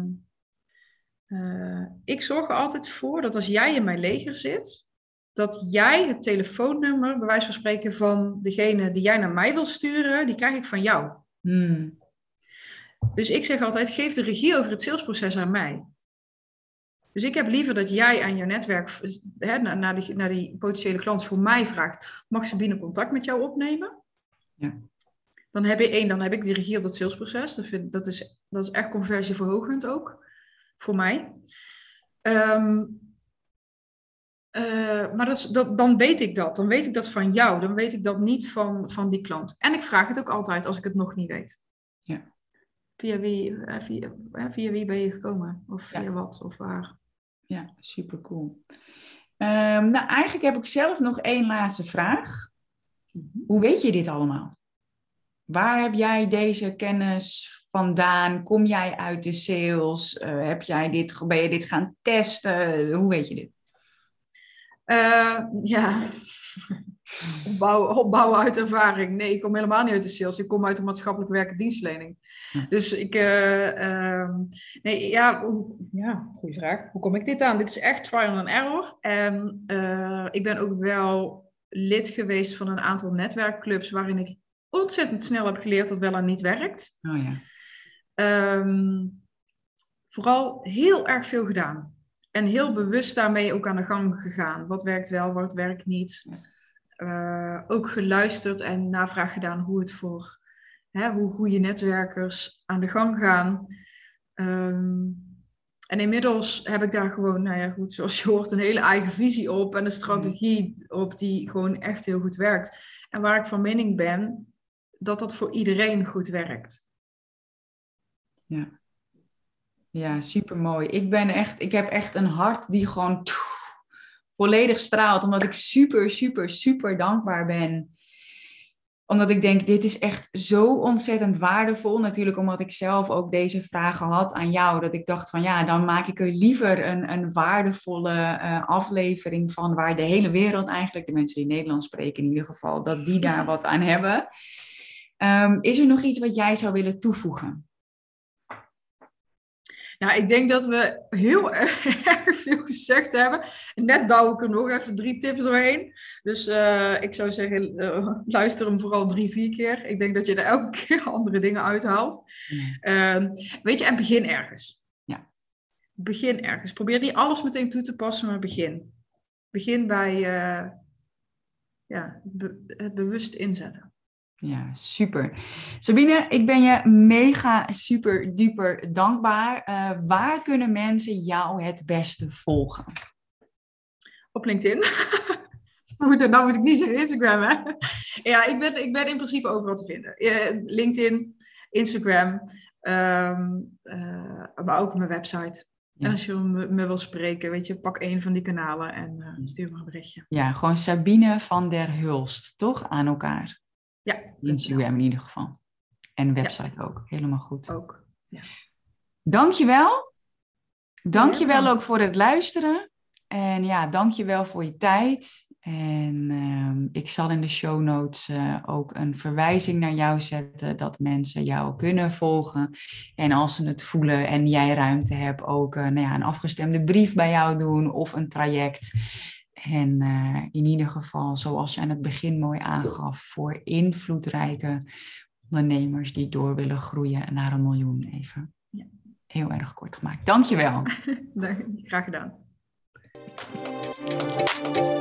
Uh, ik zorg er altijd voor dat als jij in mijn leger zit, dat jij het telefoonnummer, bij wijze van spreken, van degene die jij naar mij wil sturen, die krijg ik van jou. Hmm. Dus ik zeg altijd, geef de regie over het salesproces aan mij. Dus ik heb liever dat jij aan jouw netwerk, hè, naar, naar, die, naar die potentiële klant voor mij vraagt, mag Sabine contact met jou opnemen? Ja. Dan heb je één, dan heb ik die regie op dat salesproces. Dat, vind, dat, is, dat is echt conversieverhogend ook. Voor mij. Um, uh, maar dat is, dat, dan weet ik dat. Dan weet ik dat van jou. Dan weet ik dat niet van, van die klant. En ik vraag het ook altijd als ik het nog niet weet. Ja. Via wie, uh, via, uh, via wie ben je gekomen? Of via ja. wat of waar? Ja, super cool. Um, nou, eigenlijk heb ik zelf nog één laatste vraag. Mm-hmm. Hoe weet je dit allemaal? Waar heb jij deze kennis vandaan? Kom jij uit de sales? Uh, heb jij dit, ben je dit gaan testen? Hoe weet je dit? Uh, ja, opbouwen, opbouwen uit ervaring. Nee, ik kom helemaal niet uit de sales. Ik kom uit de maatschappelijk werk en dienstverlening. Ja. Dus ik... Uh, uh, nee, ja, hoe, ja, goede vraag. Hoe kom ik dit aan? Dit is echt trial and error. En uh, ik ben ook wel lid geweest van een aantal netwerkclubs waarin ik ontzettend snel heb geleerd dat wel en niet werkt. Oh ja. Um, vooral heel erg veel gedaan. En heel bewust daarmee ook aan de gang gegaan. Wat werkt wel, wat werkt niet. Uh, ook geluisterd en navraag gedaan hoe het voor hè, hoe goede netwerkers aan de gang gaan. Um, en inmiddels heb ik daar gewoon, nou ja goed, zoals je hoort, een hele eigen visie op. En een strategie op die gewoon echt heel goed werkt. En waar ik van mening ben, dat dat voor iedereen goed werkt. Ja. Ja, supermooi. Ik ben echt, ik heb echt een hart die gewoon volledig straalt, omdat ik super, super, super dankbaar ben. Omdat ik denk, dit is echt zo ontzettend waardevol. Natuurlijk omdat ik zelf ook deze vragen had aan jou. Dat ik dacht van ja, dan maak ik er liever een, een waardevolle uh, aflevering van. Waar de hele wereld eigenlijk, de mensen die Nederlands spreken in ieder geval, dat die daar wat aan hebben. Um, is er nog iets wat jij zou willen toevoegen? Nou, ik denk dat we heel erg veel gezegd hebben. Net douw ik er nog even drie tips doorheen. Dus uh, ik zou zeggen, uh, luister hem vooral drie, vier keer. Ik denk dat je er elke keer andere dingen uithaalt. Ja. Uh, weet je, en begin ergens. Ja. Begin ergens. Probeer niet alles meteen toe te passen, maar begin. Begin bij uh, ja, be- het bewust inzetten. Ja, super. Sabine, ik ben je mega super duper dankbaar. Uh, waar kunnen mensen jou het beste volgen? Op LinkedIn. moet, nou moet ik niet zeggen Instagram, hè? Ja, ik ben, ik ben in principe overal te vinden. Uh, LinkedIn, Instagram, um, uh, maar ook mijn website. Ja. En als je me, me wil spreken, weet je, pak een van die kanalen en uh, stuur me een berichtje. Ja, gewoon Sabine van der Hulst, toch? Aan elkaar. Ja. Instagram in ieder geval. En website ja. ook. Helemaal goed. Ook. Ja. Dankjewel. Dankjewel ja, ook voor het luisteren. En ja, dankjewel voor je tijd. En uh, ik zal in de show notes uh, ook een verwijzing naar jou zetten. Dat mensen jou kunnen volgen. En als ze het voelen en jij ruimte hebt, ook uh, nou ja, een afgestemde brief bij jou doen. Of een traject. En uh, in ieder geval, zoals je aan het begin mooi aangaf, voor invloedrijke ondernemers die door willen groeien naar een miljoen even. Ja. Heel erg kort gemaakt. Dankjewel. Graag gedaan.